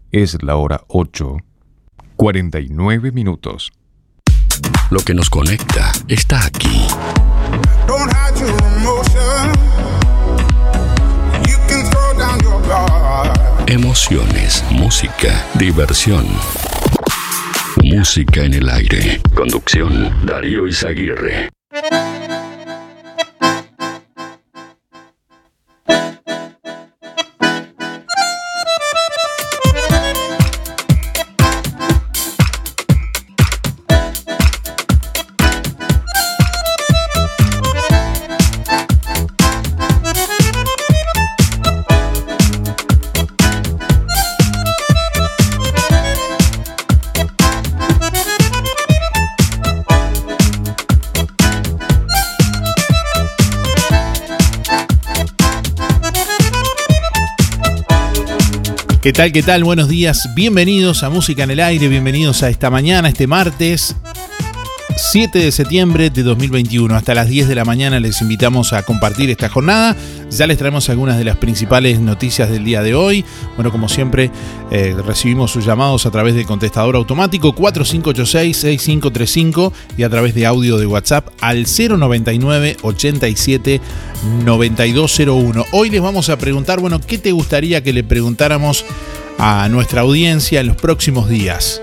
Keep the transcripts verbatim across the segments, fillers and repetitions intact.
Es la hora ocho, cuarenta y nueve minutos. Lo que nos conecta está aquí. Emociones, música, diversión. Música en el aire. Conducción, Darío Izaguirre. ¿Qué tal? ¿Qué tal? Buenos días. Bienvenidos a Música en el Aire. Bienvenidos a esta mañana, este martes siete de septiembre de dos mil veintiuno. Hasta las diez de la mañana les invitamos a compartir esta jornada. Ya les traemos algunas de las principales noticias del día de hoy. Bueno, como siempre, eh, recibimos sus llamados a través del contestador automático cuatro cinco ocho seis, seis cinco tres cinco y a través de audio de WhatsApp al cero noventa y nueve, ochenta y siete, noventa y dos cero uno. Hoy les vamos a preguntar, bueno, ¿qué te gustaría que le preguntáramos a nuestra audiencia en los próximos días?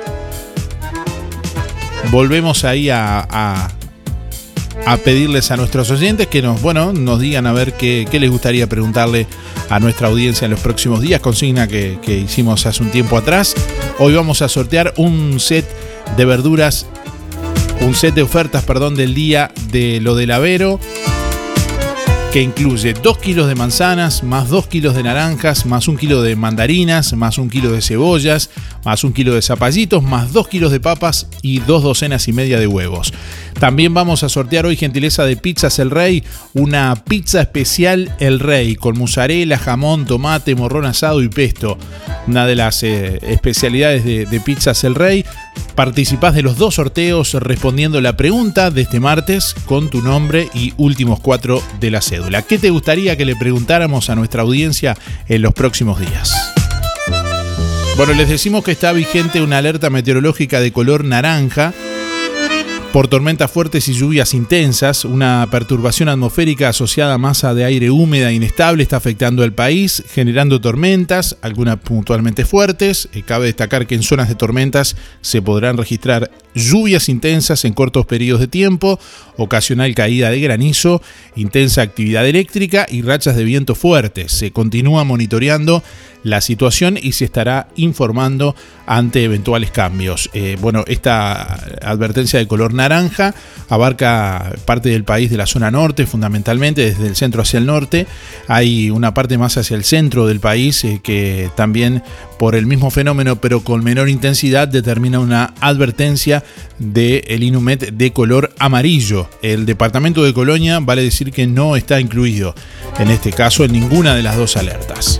Volvemos ahí a, a, a pedirles a nuestros oyentes que nos, bueno, nos digan a ver qué, qué les gustaría preguntarle a nuestra audiencia en los próximos días. Consigna que, que hicimos hace un tiempo atrás. Hoy vamos a sortear un set de verduras, un set de ofertas, perdón, del día de lo del Avero, que incluye dos kilos de manzanas, más dos kilos de naranjas, más un kilo de mandarinas, más un kilo de cebollas, más un kilo de zapallitos, más dos kilos de papas y dos docenas y media de huevos. También vamos a sortear hoy, gentileza de Pizzas El Rey, una pizza especial El Rey con mozzarella, jamón, tomate, morrón asado y pesto. Una de las eh, especialidades de, de Pizzas El Rey. Participás de los dos sorteos respondiendo la pregunta de este martes con tu nombre y últimos cuatro de la cédula. ¿Qué te gustaría que le preguntáramos a nuestra audiencia en los próximos días? Bueno, les decimos que está vigente una alerta meteorológica de color naranja por tormentas fuertes y lluvias intensas. Una perturbación atmosférica asociada a masa de aire húmeda e inestable está afectando al país, generando tormentas, algunas puntualmente fuertes. Eh, cabe destacar que en zonas de tormentas se podrán registrar lluvias intensas en cortos periodos de tiempo, ocasional caída de granizo, intensa actividad eléctrica y rachas de viento fuertes. Se continúa monitoreando la situación y se estará informando ante eventuales cambios. Eh, bueno, esta advertencia de color naranja abarca parte del país de la zona norte, fundamentalmente desde el centro hacia el norte. Hay una parte más hacia el centro del país eh, que también, por el mismo fenómeno pero con menor intensidad, determina una advertencia del INUMET de color amarillo. El departamento de Colonia vale decir que no está incluido en este caso en ninguna de las dos alertas.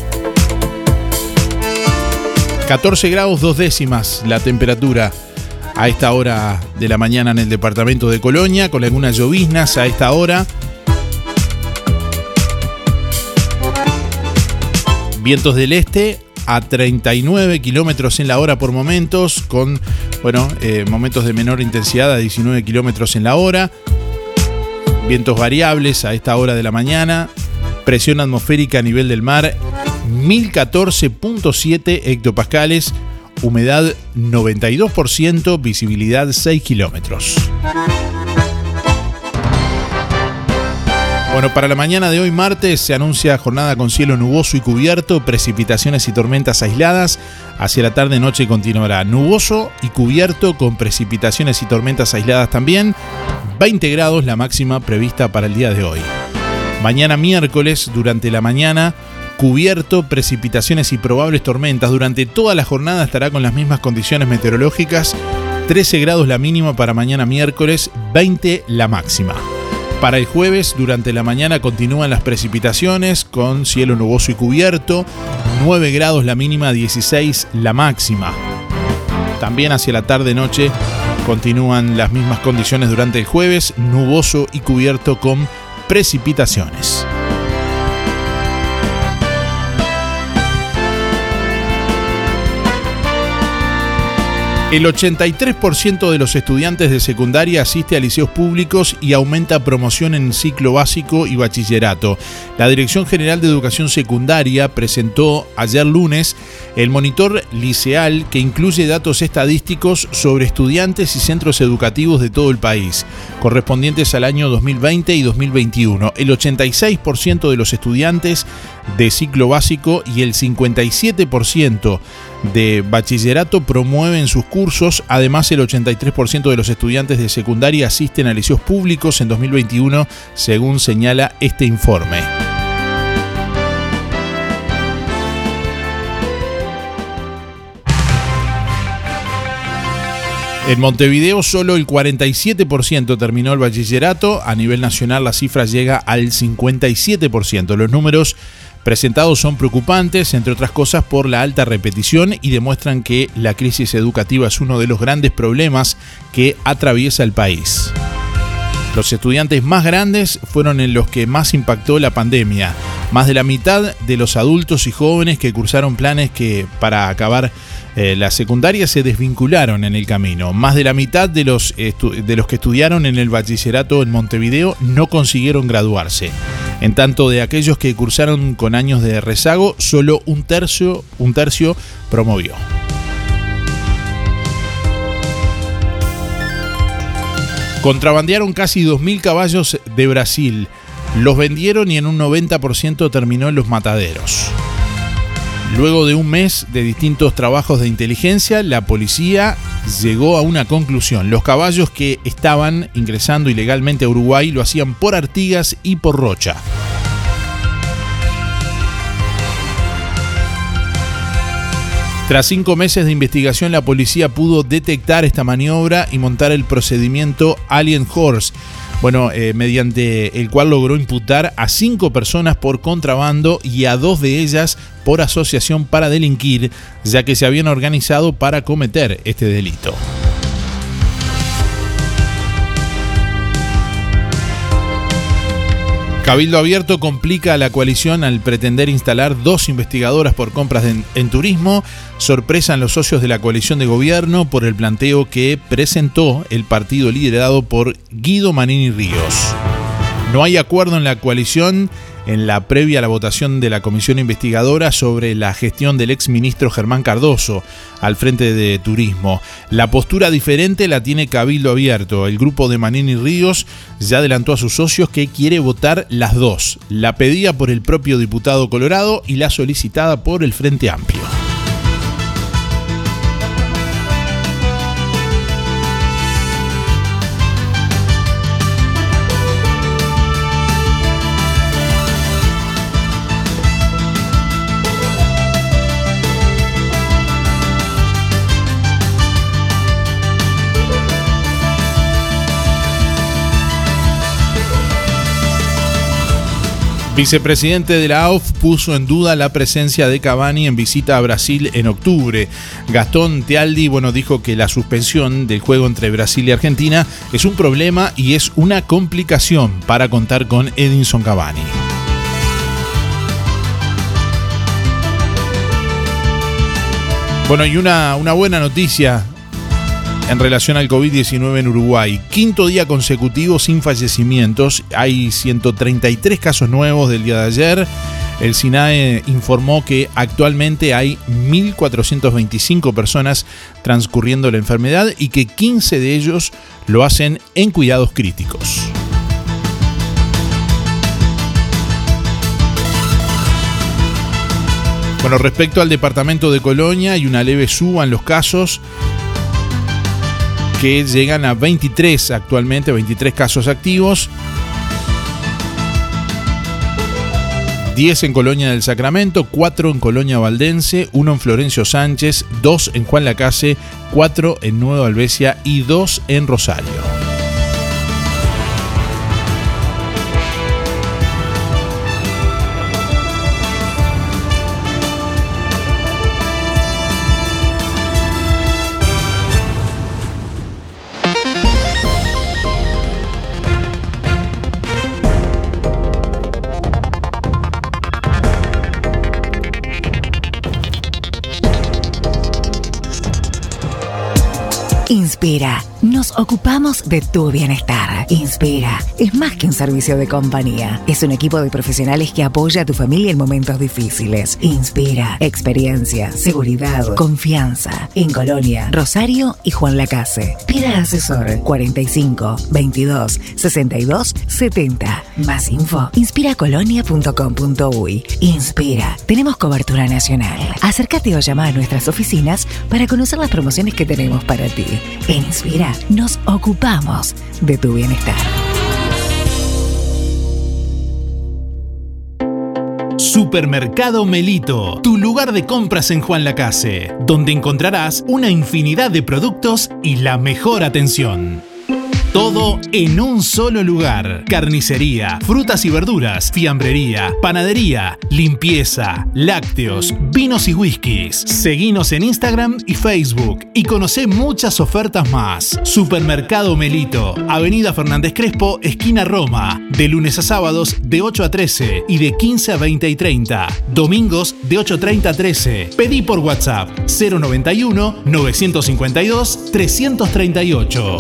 catorce grados dos décimas la temperatura a esta hora de la mañana en el departamento de Colonia, con algunas lloviznas a esta hora. Vientos del este a treinta y nueve kilómetros en la hora por momentos, con bueno, eh, momentos de menor intensidad a diecinueve kilómetros en la hora. Vientos variables a esta hora de la mañana. Presión atmosférica a nivel del mar mil catorce punto siete hectopascales, humedad noventa y dos por ciento, visibilidad seis kilómetros. Bueno, para la mañana de hoy martes se anuncia jornada con cielo nuboso y cubierto, precipitaciones y tormentas aisladas. Hacia la tarde-noche continuará nuboso y cubierto con precipitaciones y tormentas aisladas también. veinte grados la máxima prevista para el día de hoy. Mañana miércoles, durante la mañana, cubierto, precipitaciones y probables tormentas. Durante toda la jornada estará con las mismas condiciones meteorológicas. trece grados la mínima para mañana miércoles, veinte la máxima. Para el jueves, durante la mañana continúan las precipitaciones con cielo nuboso y cubierto. nueve grados la mínima, dieciséis la máxima. También hacia la tarde-noche continúan las mismas condiciones durante el jueves, nuboso y cubierto con precipitaciones. El ochenta y tres por ciento de los estudiantes de secundaria asiste a liceos públicos y aumenta promoción en ciclo básico y bachillerato. La Dirección General de Educación Secundaria presentó ayer lunes el monitor liceal que incluye datos estadísticos sobre estudiantes y centros educativos de todo el país, correspondientes al año dos mil veinte y dos mil veintiuno. El ochenta y seis por ciento de los estudiantes de ciclo básico y el cincuenta y siete por ciento de bachillerato promueven sus cursos. Además, el ochenta y tres por ciento de los estudiantes de secundaria asisten a liceos públicos en dos mil veintiuno, según señala este informe. En Montevideo solo el cuarenta y siete por ciento terminó el bachillerato. A nivel nacional la cifra llega al cincuenta y siete por ciento. Los números presentados son preocupantes, entre otras cosas por la alta repetición, y demuestran que la crisis educativa es uno de los grandes problemas que atraviesa el país. Los estudiantes más grandes fueron en los que más impactó la pandemia. Más de la mitad de los adultos y jóvenes que cursaron planes que para acabar eh, la secundaria se desvincularon en el camino. Más de la mitad de los, estu- de los que estudiaron en el bachillerato en Montevideo no consiguieron graduarse. En tanto, de aquellos que cursaron con años de rezago, solo un tercio, un tercio promovió. Contrabandearon casi dos mil caballos de Brasil. Los vendieron y en un noventa por ciento terminó en los mataderos. Luego de un mes de distintos trabajos de inteligencia, la policía llegó a una conclusión. Los caballos que estaban ingresando ilegalmente a Uruguay lo hacían por Artigas y por Rocha. Tras cinco meses de investigación, la policía pudo detectar esta maniobra y montar el procedimiento Alien Horse, bueno, eh, mediante el cual logró imputar a cinco personas por contrabando y a dos de ellas por asociación para delinquir, ya que se habían organizado para cometer este delito. Cabildo Abierto complica a la coalición al pretender instalar dos investigadoras por compras en, en turismo. Sorpresan los socios de la coalición de gobierno por el planteo que presentó el partido liderado por Guido Manini Ríos. No hay acuerdo en la coalición en la previa a la votación de la comisión investigadora sobre la gestión del exministro Germán Cardoso al frente de Turismo. La postura diferente la tiene Cabildo Abierto. El grupo de Manini Ríos ya adelantó a sus socios que quiere votar las dos, la pedida por el propio diputado colorado y la solicitada por el Frente Amplio. Vicepresidente de la A U F puso en duda la presencia de Cavani en visita a Brasil en octubre. Gastón Tealdi, bueno, dijo que la suspensión del juego entre Brasil y Argentina es un problema y es una complicación para contar con Edinson Cavani. Bueno, y una, una buena noticia en relación al COVID diecinueve en Uruguay. Quinto día consecutivo sin fallecimientos. Hay ciento treinta y tres casos nuevos del día de ayer. El SINAE informó que actualmente hay mil cuatrocientas veinticinco personas transcurriendo la enfermedad y que quince de ellos lo hacen en cuidados críticos. Bueno, respecto al departamento de Colonia, hay una leve suba en los casos, que llegan a veintitrés actualmente, veintitrés casos activos, diez en Colonia del Sacramento, cuatro en Colonia Valdense, uno en Florencio Sánchez, dos en Juan Lacase, cuatro en Nueva Albesia y dos en Rosario. Inspira. Nos ocupamos de tu bienestar. Inspira es más que un servicio de compañía. Es un equipo de profesionales que apoya a tu familia en momentos difíciles. Inspira. Experiencia, seguridad, confianza. En Colonia, Rosario y Juan Lacase. Pida asesor cuarenta y cinco, veintidós, sesenta y dos, setenta. Más info, inspira colonia punto com punto uy. Inspira. Tenemos cobertura nacional. Acércate o llama a nuestras oficinas para conocer las promociones que tenemos para ti. En Inspira nos ocupamos de tu bienestar. Supermercado Melito, tu lugar de compras en Juan Lacase, donde encontrarás una infinidad de productos y la mejor atención. Todo en un solo lugar. Carnicería, frutas y verduras, fiambrería, panadería, limpieza, lácteos, vinos y whiskies. Seguinos en Instagram y Facebook y conocé muchas ofertas más. Supermercado Melito, Avenida Fernández Crespo, esquina Roma. De lunes a sábados de ocho a trece y de quince a veinte y treinta. Domingos de ocho treinta a trece. Pedí por WhatsApp cero noventa y uno, novecientos cincuenta y dos, trescientos treinta y ocho.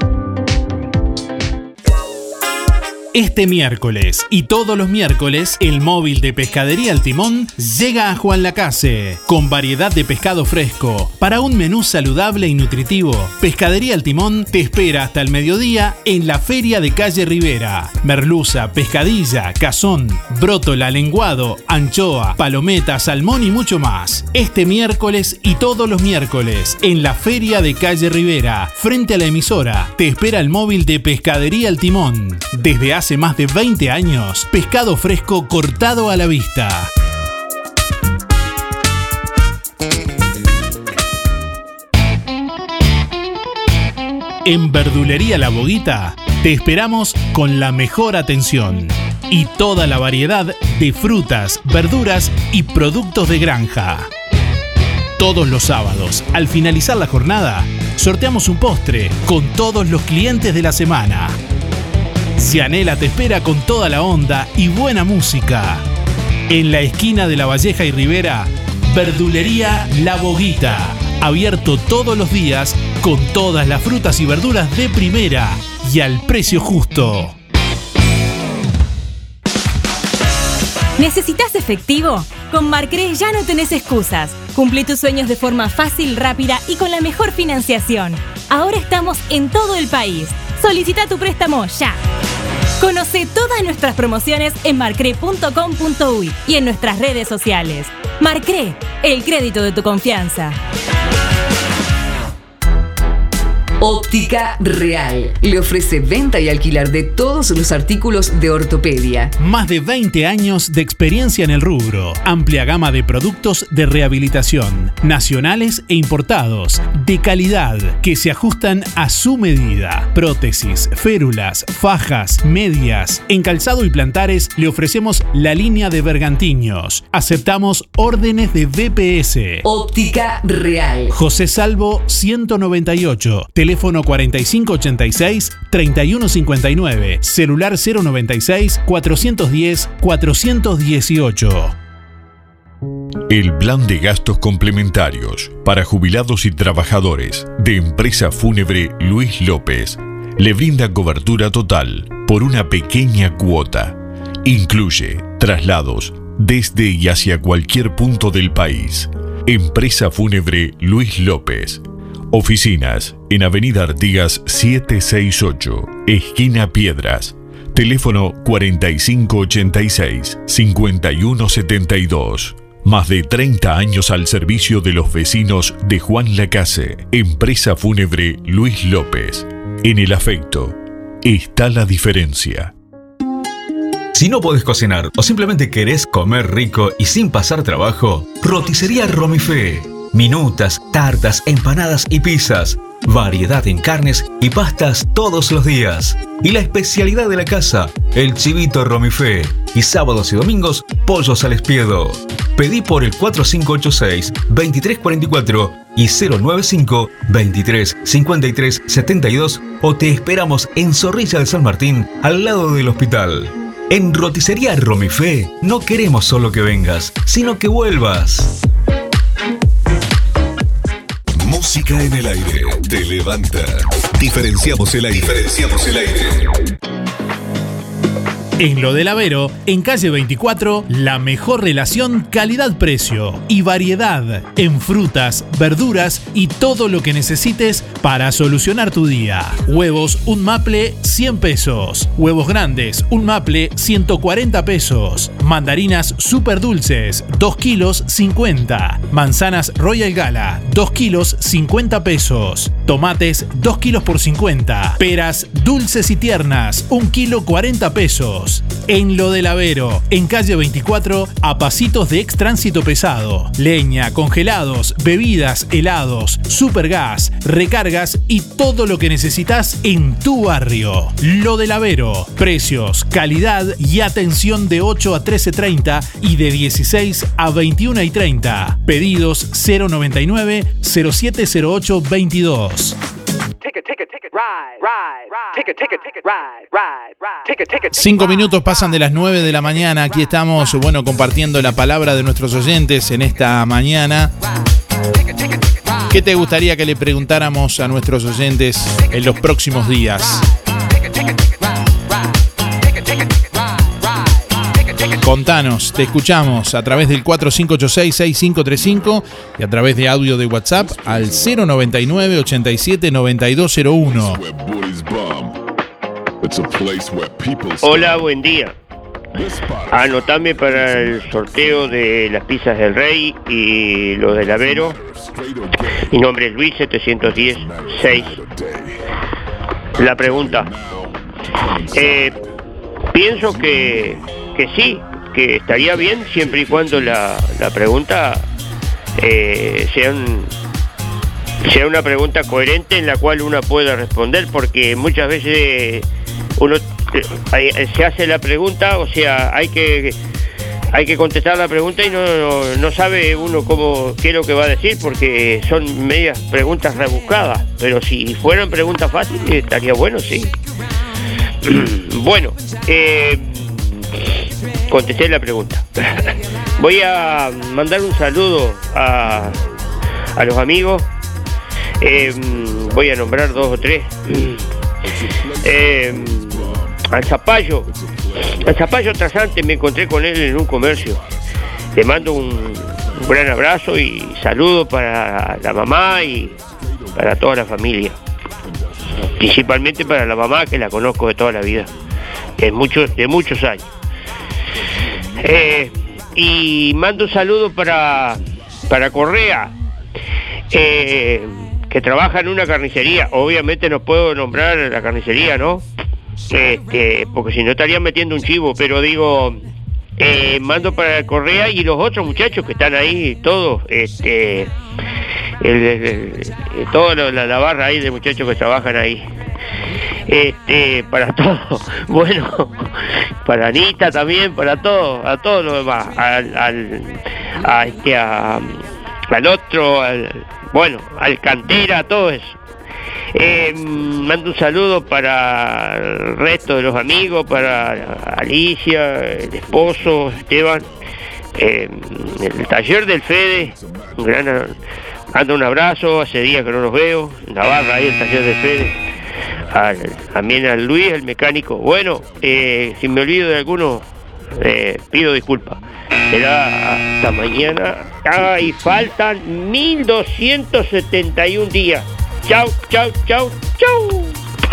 Este miércoles y todos los miércoles, el móvil de Pescadería El Timón llega a Juan Lacase con variedad de pescado fresco para un menú saludable y nutritivo. Pescadería El Timón te espera hasta el mediodía en la Feria de Calle Rivera. Merluza, pescadilla, cazón, brótola, lenguado, anchoa, palometa, salmón y mucho más. Este miércoles y todos los miércoles en la Feria de Calle Rivera, frente a la emisora, te espera el móvil de Pescadería El Timón. Desde hace más de veinte años, pescado fresco cortado a la vista. En Verdulería La Boguita te esperamos con la mejor atención y toda la variedad de frutas, verduras y productos de granja. Todos los sábados, al finalizar la jornada, sorteamos un postre con todos los clientes de la semana. Cianela te espera con toda la onda y buena música. En la esquina de La Valleja y Rivera, Verdulería La Boguita. Abierto todos los días con todas las frutas y verduras de primera y al precio justo. ¿Necesitas efectivo? Con Marcre ya no tenés excusas. Cumplí tus sueños de forma fácil, rápida y con la mejor financiación. Ahora estamos en todo el país. Solicita tu préstamo ya. Conoce todas nuestras promociones en marcre punto com punto uy y en nuestras redes sociales. Marcre, el crédito de tu confianza. Óptica Real. Le ofrece venta y alquiler de todos los artículos de ortopedia. Más de veinte años de experiencia en el rubro. Amplia gama de productos de rehabilitación, nacionales e importados, de calidad, que se ajustan a su medida. Prótesis, férulas, fajas, medias. En calzado y plantares le ofrecemos la línea de bergantiños. Aceptamos órdenes de B P S. Óptica Real. José Salvo ciento noventa y ocho. Teléfono cuarenta y cinco ochenta y seis, treinta y uno cincuenta y nueve. Celular cero noventa y seis, cuatrocientos diez, cuatrocientos dieciocho. El plan de gastos complementarios para jubilados y trabajadores de Empresa Fúnebre Luis López le brinda cobertura total por una pequeña cuota. Incluye traslados desde y hacia cualquier punto del país. Empresa Fúnebre Luis López. Oficinas en Avenida Artigas setecientos sesenta y ocho, esquina Piedras. Teléfono cuarenta y cinco ochenta y seis, cincuenta y uno setenta y dos. Más de treinta años al servicio de los vecinos de Juan Lacase. Empresa Fúnebre Luis López. En el afecto está la diferencia. Si no podés cocinar o simplemente querés comer rico y sin pasar trabajo, Roticería Romifé. Minutas, tartas, empanadas y pizzas. Variedad en carnes y pastas todos los días. Y la especialidad de la casa, el chivito Romifé. Y sábados y domingos, pollos al espiedo. Pedí por el cuatro cinco ocho seis, veintitrés cuarenta y cuatro y cero nueve cinco, veintitrés cincuenta y tres setenta y dos o te esperamos en Zorrilla de San Martín, al lado del hospital. En Roticería Romifé no queremos solo que vengas, sino que vuelvas. Música en el aire. Te levanta. Diferenciamos el aire. Diferenciamos el aire. En Lo del Avero, en calle veinticuatro, la mejor relación calidad-precio y variedad en frutas, verduras y todo lo que necesites para solucionar tu día. Huevos un maple, cien pesos. Huevos grandes, un maple, ciento cuarenta pesos. Mandarinas super dulces, dos kilos, cincuenta. Manzanas Royal Gala, dos kilos, cincuenta pesos. Tomates, dos kilos por cincuenta. Peras dulces y tiernas, un kilo, cuarenta pesos. En Lo del Avero, en calle veinticuatro, a pasitos de Extránsito Pesado. Leña, congelados, bebidas, helados, supergas, recargas y todo lo que necesitas en tu barrio. Lo del Avero, precios, calidad y atención de ocho a trece treinta y de dieciséis a veintiuna y treinta. Pedidos cero noventa y nueve cero siete cero ocho veintidós. Cinco minutos pasan de las nueve de la mañana. Aquí estamos, bueno, compartiendo la palabra de nuestros oyentes en esta mañana. ¿Qué te gustaría que le preguntáramos a nuestros oyentes en los próximos días? Contanos, te escuchamos a través del cuatro cinco ocho seis seis cinco tres cinco y a través de audio de WhatsApp al cero noventa y nueve ochenta y siete noventa y dos cero uno. Hola, buen día. Anotame para el sorteo de las pizzas del Rey y los del Avero. Mi nombre es Luis setecientos diez seis. La pregunta. Eh, pienso que, que sí, que estaría bien siempre y cuando la, la pregunta eh, sea, un, sea una pregunta coherente en la cual uno pueda responder, porque muchas veces uno eh, se hace la pregunta, o sea, hay que hay que contestar la pregunta y no, no, no sabe uno cómo qué es lo que va a decir, porque son medias preguntas rebuscadas, pero si fueran preguntas fáciles estaría bueno, sí. Bueno, eh, contesté la pregunta. Voy a mandar un saludo a, a los amigos. Eh, voy a nombrar dos o tres. Eh, al Zapallo. Al Zapallo Trasante, me encontré con él en un comercio. Le mando un, un gran abrazo y saludo para la mamá y para toda la familia. Principalmente para la mamá, que la conozco de toda la vida, de muchos, de muchos años. Eh, y mando un saludo para, para Correa, eh, que trabaja en una carnicería. Obviamente no puedo nombrar la carnicería, ¿no? Este, porque si no estaría metiendo un chivo, pero digo, eh, mando para Correa y los otros muchachos que están ahí, todos, este, el, el, el, toda la, la barra ahí de muchachos que trabajan ahí. Este, para todos, bueno, para Anita también, para todos, a todos los demás, al, al, a este, a, al otro, al, bueno, al Cantera, a todo eso. Eh, mando un saludo para el resto de los amigos, para Alicia, el esposo, Esteban, eh, el taller del Fede, un gran, ando un abrazo, hace días que no los veo, Navarra ahí, el taller del Fede, al, también al Luis, el mecánico. Bueno, eh, si me olvido de alguno, eh, pido disculpas. Será hasta mañana. Ay, faltan mil doscientos setenta y un días. Chau, chau, chau, chau.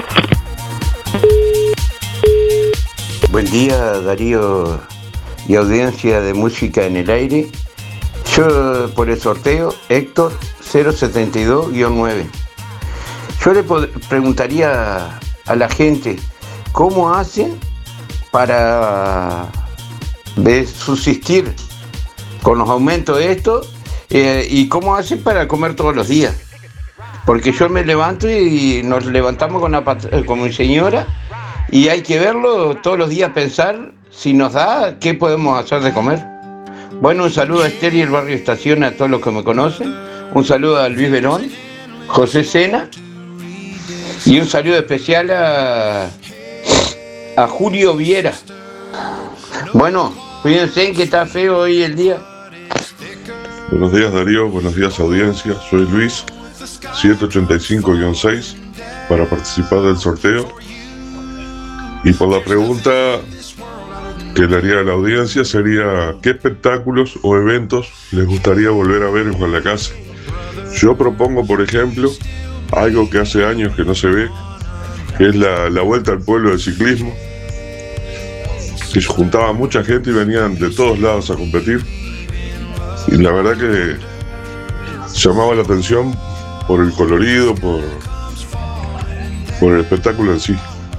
Buen día, Darío y audiencia de Música en el Aire. Yo, por el sorteo, Héctor cero setenta y dos guión nueve. Yo le preguntaría a la gente cómo hacen para subsistir con los aumentos de esto, eh, y cómo hacen para comer todos los días. Porque yo me levanto y nos levantamos con, la pat- con mi señora y hay que verlo todos los días, pensar si nos da, qué podemos hacer de comer. Bueno, un saludo a Esther y el barrio Estación, a todos los que me conocen. Un saludo a Luis Verón, José Sena, y un saludo especial a, a Julio Viera. Bueno, cuídense que está feo hoy el día. Buenos días, Darío, buenos días, audiencia. Soy Luis, siete ochenta y cinco guión seis para participar del sorteo. Y por la pregunta que le haría a la audiencia sería: ¿qué espectáculos o eventos les gustaría volver a ver en Juan Lacase? Yo propongo, por ejemplo, algo que hace años que no se ve, que es la, la vuelta al pueblo del ciclismo, que se juntaba mucha gente y venían de todos lados a competir, y la verdad que llamaba la atención por el colorido, por, por el espectáculo en sí.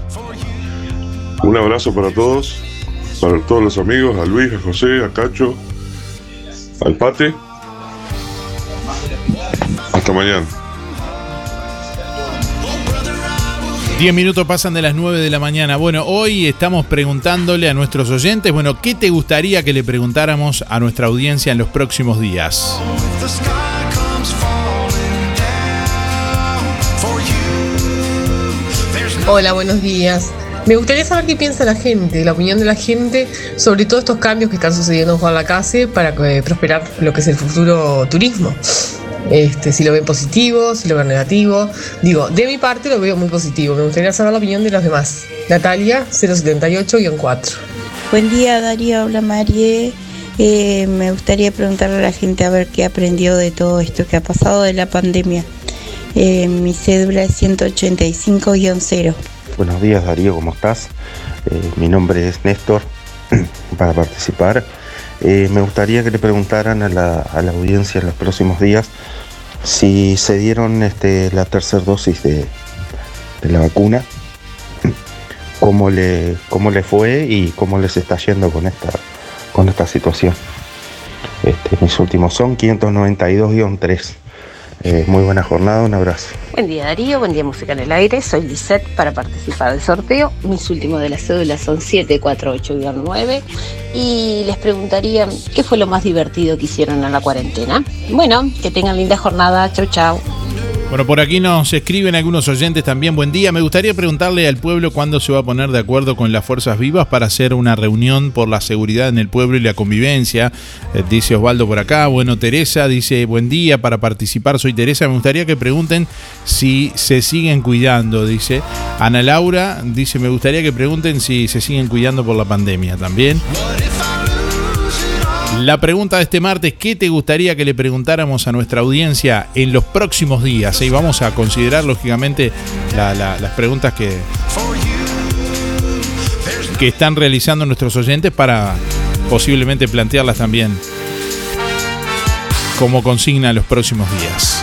Un abrazo para todos, para todos los amigos, a Luis, a José, a Cacho, al Pate. Hasta mañana. Diez minutos pasan de las nueve de la mañana. Bueno, hoy estamos preguntándole a nuestros oyentes, bueno, ¿qué te gustaría que le preguntáramos a nuestra audiencia en los próximos días? Hola, buenos días. Me gustaría saber qué piensa la gente, la opinión de la gente sobre todos estos cambios que están sucediendo en Juan Lacase para eh, prosperar lo que es el futuro turismo. Este, si lo ven positivo, si lo ven negativo. Digo, de mi parte lo veo muy positivo. Me gustaría saber la opinión de los demás. Natalia, cero setenta y ocho guión cuatro. Buen día, Darío. Habla Marie. Eh, me gustaría preguntarle a la gente a ver qué aprendió de todo esto que ha pasado de la pandemia. Eh, mi cédula es ciento ochenta y cinco guión cero. Buenos días, Darío, ¿cómo estás? Eh, mi nombre es Néstor. Para participar, eh, me gustaría que le preguntaran a la, a la audiencia en los próximos días si se dieron este, la tercera dosis de, de la vacuna, cómo le, cómo le fue y cómo les está yendo con esta, con esta situación. Este, mis últimos son quinientos noventa y dos guión tres. Eh, muy buena jornada, un abrazo. Buen día, Darío, buen día, Música en el Aire. Soy Lisette para participar del sorteo. Mis últimos de las cédulas son siete cuarenta y ocho guión nueve. Y les preguntaría qué fue lo más divertido que hicieron en la cuarentena. Bueno, que tengan linda jornada. Chau, chau. Bueno, por aquí nos escriben algunos oyentes también. Buen día. Me gustaría preguntarle al pueblo cuándo se va a poner de acuerdo con las fuerzas vivas para hacer una reunión por la seguridad en el pueblo y la convivencia. Eh, dice Osvaldo por acá. Bueno, Teresa dice: buen día, para participar soy Teresa. Me gustaría que pregunten si se siguen cuidando, dice. Ana Laura dice: me gustaría que pregunten si se siguen cuidando por la pandemia también. La pregunta de este martes: ¿qué te gustaría que le preguntáramos a nuestra audiencia en los próximos días? Y vamos a considerar, lógicamente, la, la, las preguntas que, que están realizando nuestros oyentes para posiblemente plantearlas también como consigna en los próximos días.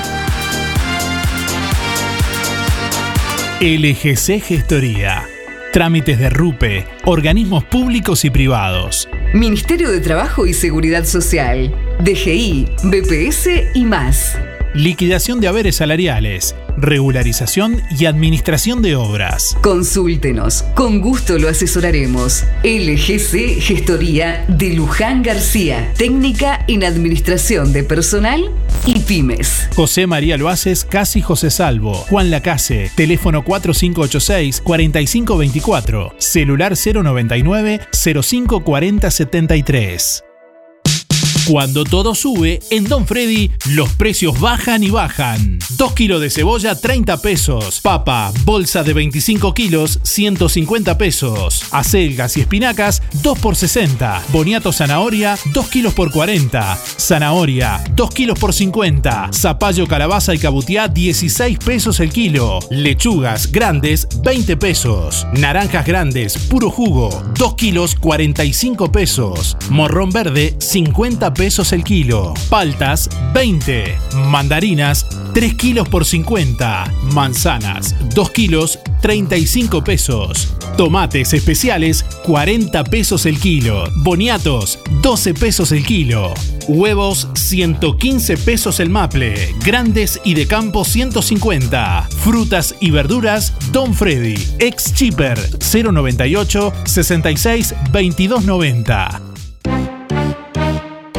L G C Gestoría. Trámites de RUPE, organismos públicos y privados. Ministerio de Trabajo y Seguridad Social, D G I, B P S y más. Liquidación de haberes salariales, regularización y administración de obras. Consúltenos, con gusto lo asesoraremos. L G C Gestoría de Luján García, técnica en administración de personal y pymes. José María Loaces, Casi José Salvo. Juan Lacase, teléfono cuatro cinco ocho seis, cuatro cinco dos cuatro, celular cero noventa y nueve, cero cinco cuarenta setenta y tres. Cuando todo sube, en Don Freddy los precios bajan y bajan. dos kilos de cebolla, treinta pesos. Papa, bolsa de veinticinco kilos, ciento cincuenta pesos. Acelgas y espinacas, dos por sesenta. Boniato zanahoria, dos kilos por cuarenta. Zanahoria, dos kilos por cincuenta. Zapallo, calabaza y cabutiá, dieciséis pesos el kilo. Lechugas grandes, veinte pesos. Naranjas grandes, puro jugo, dos kilos, cuarenta y cinco pesos. Morrón verde, cincuenta pesos el kilo. Paltas, veinte. Mandarinas, tres kilos por cincuenta. Manzanas, dos kilos, treinta y cinco pesos. Tomates especiales, cuarenta pesos el kilo. Boniatos, doce pesos el kilo. Huevos, ciento quince pesos el maple. Grandes y de campo, ciento cincuenta. Frutas y verduras, Don Freddy. Ex Cheaper, cero noventa y ocho, sesenta y seis, veintidós noventa.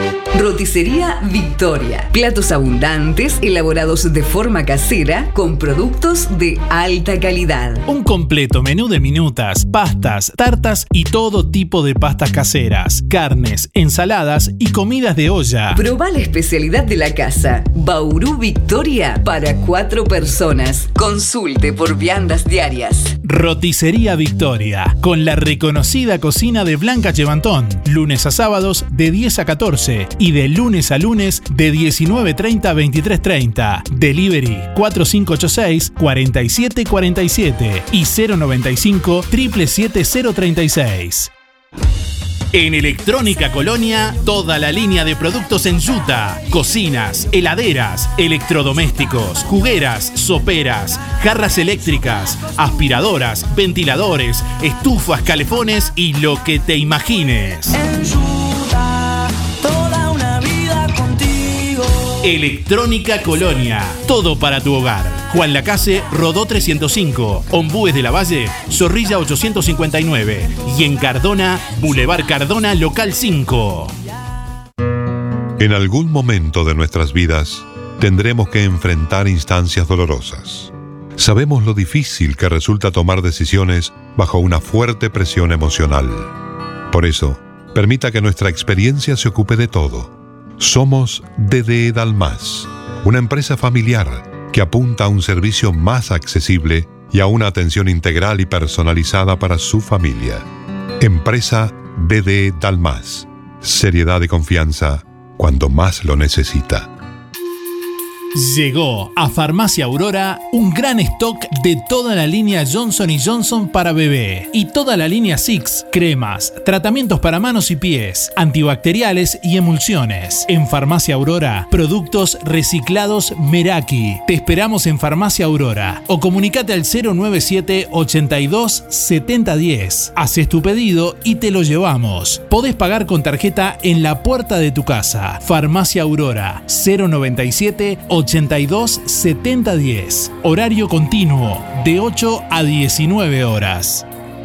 Roticería Victoria. Platos abundantes, elaborados de forma casera, con productos de alta calidad. Un completo menú de minutas, pastas, tartas y todo tipo de pastas caseras, carnes, ensaladas y comidas de olla. Probá la especialidad de la casa. Bauru Victoria para cuatro personas. Consulte por viandas diarias. Roticería Victoria, con la reconocida cocina de Blanca Chevantón. Lunes a sábados de diez a catorce y de lunes a lunes de diecinueve treinta a veintitrés treinta. Delivery cuatro cinco ocho seis, cuatro siete cuatro siete y cero noventa y cinco, siete siete siete cero treinta y seis. En Electrónica Colonia, toda la línea de productos en yuta, cocinas, heladeras, electrodomésticos, jugueras, soperas, jarras eléctricas, aspiradoras, ventiladores, estufas, calefones y lo que te imagines. Toda una vida contigo. Electrónica Colonia, todo para tu hogar. Juan Lacase, Rodó trescientos cinco, Ombúes de la Valle, Zorrilla ochocientos cincuenta y nueve y en Cardona, Boulevard Cardona, local cinco. En algún momento de nuestras vidas tendremos que enfrentar instancias dolorosas. Sabemos lo difícil que resulta tomar decisiones bajo una fuerte presión emocional. Por eso, permita que nuestra experiencia se ocupe de todo. Somos D D E Dalmas, una empresa familiar que apunta a un servicio más accesible y a una atención integral y personalizada para su familia. Empresa D D E Dalmas. Seriedad y confianza cuando más lo necesita. Llegó a Farmacia Aurora un gran stock de toda la línea Johnson y Johnson para bebé y toda la línea Six, cremas, tratamientos para manos y pies, antibacteriales y emulsiones. En Farmacia Aurora, productos reciclados Meraki. Te esperamos en Farmacia Aurora o comunicate al cero noventa y siete, ochenta y dos, setenta diez. Haces tu pedido y te lo llevamos. Podés pagar con tarjeta en la puerta de tu casa. Farmacia Aurora, cero noventa y siete, ochenta y dos, setenta diez. Horario continuo de ocho a diecinueve horas.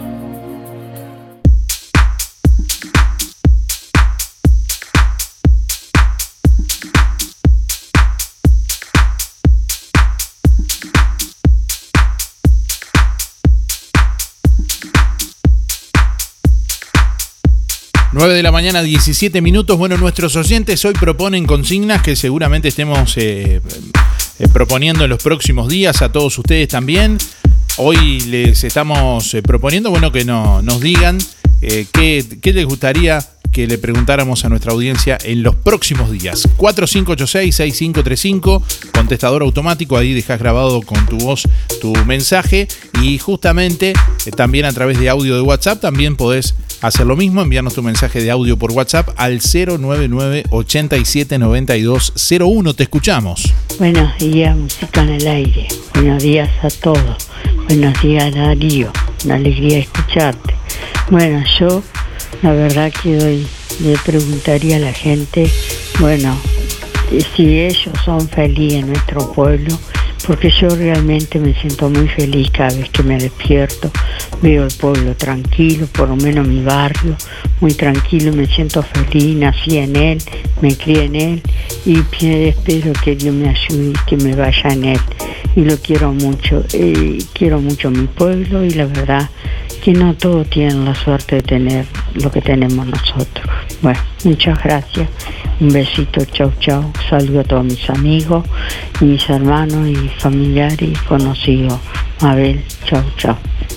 nueve de la mañana, diecisiete minutos. Bueno, nuestros oyentes hoy proponen consignas que seguramente estemos eh, eh, proponiendo en los próximos días a todos ustedes también. Hoy les estamos eh, proponiendo, bueno, que no, nos digan eh, qué, qué les gustaría que le preguntáramos a nuestra audiencia en los próximos días. cuatro cinco ocho seis, seis cinco tres cinco, contestador automático, ahí dejas grabado con tu voz tu mensaje y justamente eh, también a través de audio de WhatsApp también podés hacer lo mismo, enviarnos tu mensaje de audio por WhatsApp al cero nueve nueve, ochenta y siete, noventa y dos cero uno. Te escuchamos. Buenos días, música en el aire. Buenos días a todos. Buenos días, Darío. Una alegría escucharte. Bueno, yo la verdad que hoy le preguntaría a la gente, bueno, si ellos son felices en nuestro pueblo, porque yo realmente me siento muy feliz cada vez que me despierto, veo el pueblo tranquilo, por lo menos mi barrio, muy tranquilo, me siento feliz, nací en él, me crié en él y espero que Dios me ayude y que me vaya en él. Y lo quiero mucho, eh, quiero mucho mi pueblo y la verdad que no todos tienen la suerte de tener lo que tenemos nosotros. Bueno, muchas gracias, un besito, chau chau, saludo a todos mis amigos, mis hermanos y familiares y conocidos. Mabel, chau chau.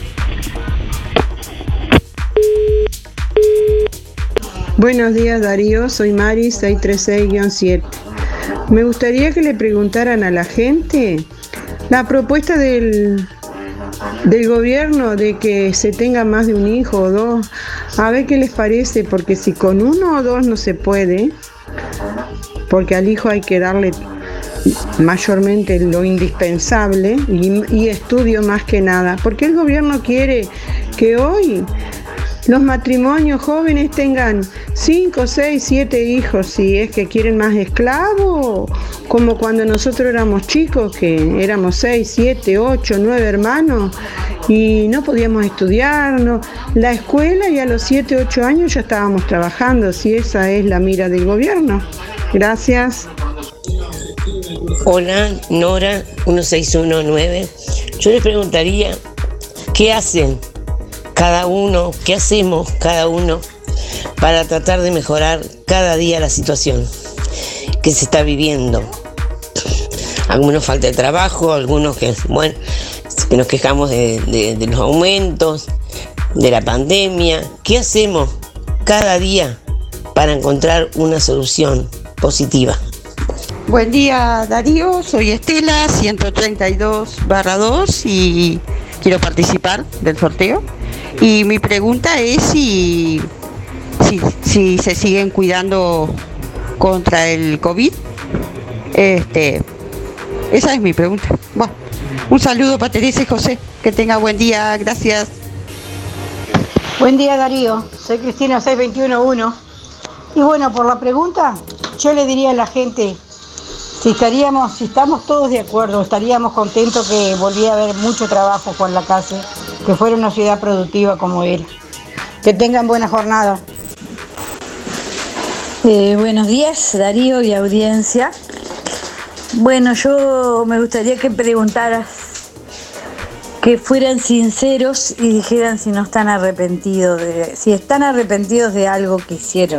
Buenos días, Darío, soy Mari seiscientos treinta y seis guion siete. Me gustaría que le preguntaran a la gente la propuesta del del gobierno de que se tenga más de un hijo o dos, a ver qué les parece, porque si con uno o dos no se puede, porque al hijo hay que darle mayormente lo indispensable y, y estudio más que nada, porque el gobierno quiere que hoy los matrimonios jóvenes tengan cinco, seis, siete hijos, si es que quieren más esclavos, como cuando nosotros éramos chicos, que éramos seis, siete, ocho, nueve hermanos y no podíamos estudiar, no. La escuela y a los siete, ocho años ya estábamos trabajando, si esa es la mira del gobierno. Gracias. Hola, Nora, uno seis uno nueve. Yo les preguntaría, ¿qué hacen cada uno, qué hacemos cada uno para tratar de mejorar cada día la situación que se está viviendo? Algunos falta de trabajo, algunos que, bueno, que nos quejamos de, de, de los aumentos, de la pandemia. ¿Qué hacemos cada día para encontrar una solución positiva? Buen día, Darío, soy Estela, ciento treinta y dos barra dos y quiero participar del sorteo. Y mi pregunta es si, si, si se siguen cuidando contra el COVID. Este, esa es mi pregunta. Bueno, un saludo para Teresa y José, que tenga buen día, gracias. Buen día, Darío, soy Cristina seis veintiuno uno. Y bueno, por la pregunta, yo le diría a la gente, si estaríamos, si estamos todos de acuerdo, estaríamos contentos que volviera a haber mucho trabajo Juan Lacase, que fuera una ciudad productiva como era. Que tengan buena jornada. Eh, buenos días, Darío y audiencia. Bueno, yo me gustaría que preguntaras, que fueran sinceros y dijeran si no están arrepentidos, de, si están arrepentidos de algo que hicieron.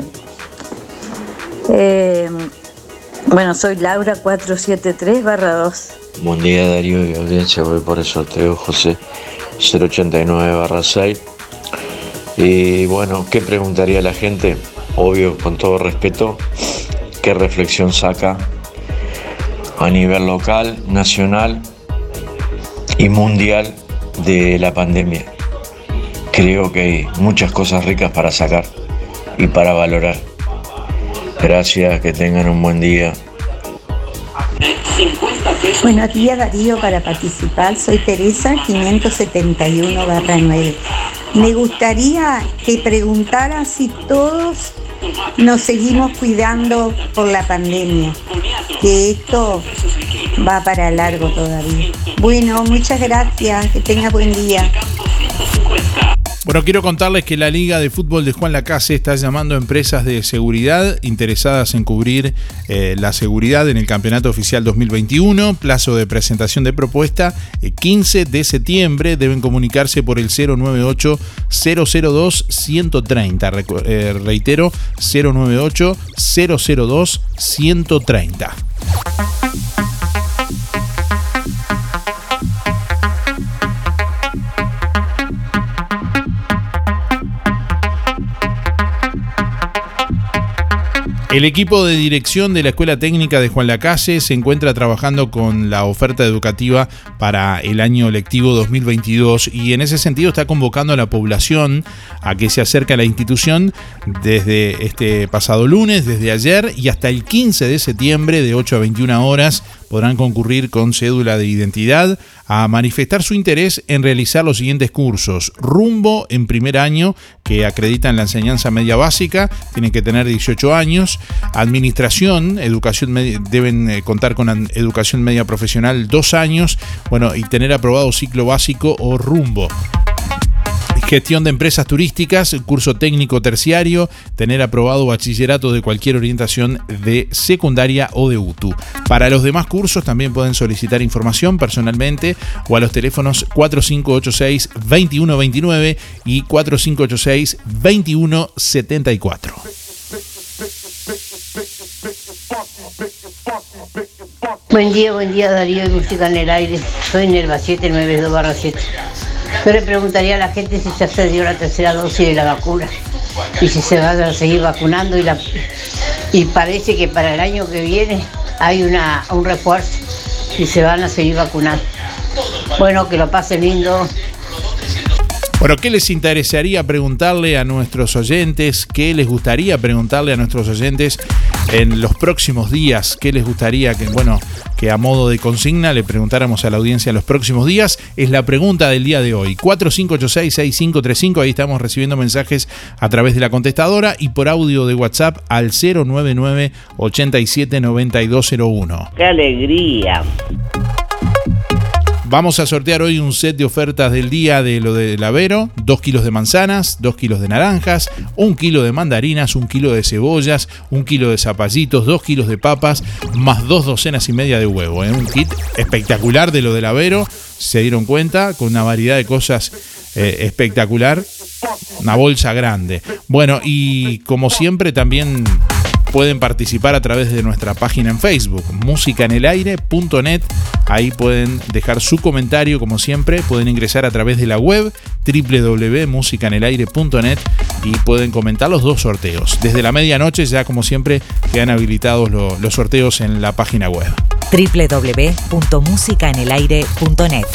Eh, Bueno, soy Laura cuatrocientos setenta y tres barra dos. Buen día, Darío y audiencia, voy por el sorteo José cero ochenta y nueve barra seis. Y bueno, ¿qué preguntaría la gente? Obvio, con todo respeto, ¿qué reflexión saca a nivel local, nacional y mundial de la pandemia? Creo que hay muchas cosas ricas para sacar y para valorar. Gracias, que tengan un buen día. Buenos días, Darío, para participar. Soy Teresa, quinientos setenta y uno barra nueve. Me gustaría que preguntara si todos nos seguimos cuidando por la pandemia, que esto va para largo todavía. Bueno, muchas gracias, que tenga buen día. Bueno, quiero contarles que la Liga de Fútbol de Juan Lacase está llamando a empresas de seguridad interesadas en cubrir eh, la seguridad en el Campeonato Oficial dos mil veintiuno. Plazo de presentación de propuesta eh, quince de septiembre. Deben comunicarse por el cero nueve ocho, cero cero dos, ciento treinta. Recu- eh, reitero, cero nueve ocho, cero cero dos, ciento treinta. El equipo de dirección de la Escuela Técnica de Juan Lacase se encuentra trabajando con la oferta educativa para el año lectivo dos mil veintidós y en ese sentido está convocando a la población a que se acerque a la institución desde este pasado lunes, desde ayer y hasta el quince de septiembre de ocho a veintiuna horas. Podrán concurrir con cédula de identidad a manifestar su interés en realizar los siguientes cursos. Rumbo en primer año, que acreditan la enseñanza media básica, tienen que tener dieciocho años. Administración, educación media, deben eh, contar con educación media profesional dos años, bueno, y tener aprobado ciclo básico o rumbo. Gestión de empresas turísticas, curso técnico terciario, tener aprobado bachillerato de cualquier orientación de secundaria o de U T U. Para los demás cursos también pueden solicitar información personalmente o a los teléfonos cuatro cinco ocho seis, dos uno dos nueve y cuatro cinco ocho seis, dos uno siete cuatro. Buen día, buen día, Darío y Música en el Aire. Soy Nerva siete nueve dos barra siete. Yo le preguntaría a la gente si ya se dio la tercera dosis de la vacuna y si se va a seguir vacunando y, la, y parece que para el año que viene hay una, un refuerzo y se van a seguir vacunando. Bueno, que lo pasen lindo. Bueno, ¿qué les interesaría preguntarle a nuestros oyentes? ¿Qué les gustaría preguntarle a nuestros oyentes en los próximos días? ¿Qué les gustaría que, bueno, que a modo de consigna le preguntáramos a la audiencia en los próximos días? Es la pregunta del día de hoy. cuatro cinco ocho seis, seis cinco tres cinco, ahí estamos recibiendo mensajes a través de la contestadora y por audio de WhatsApp al cero nueve nueve, ochenta y siete, noventa y dos cero uno. ¡Qué alegría! Vamos a sortear hoy un set de ofertas del día de lo del Avero, dos kilos de manzanas, dos kilos de naranjas, un kilo de mandarinas, un kilo de cebollas, un kilo de zapallitos, dos kilos de papas, más dos docenas y media de huevo. ¿eh? Un kit espectacular de lo del Avero, se dieron cuenta, con una variedad de cosas eh, espectacular, una bolsa grande. Bueno, y como siempre también pueden participar a través de nuestra página en Facebook, música en el aire punto net. Ahí pueden dejar su comentario, como siempre. Pueden ingresar a través de la web doble u doble u doble u punto música en el aire punto net y pueden comentar los dos sorteos. Desde la medianoche ya, como siempre, quedan habilitados lo, los sorteos en la página web doble u doble u doble u punto música en el aire punto net.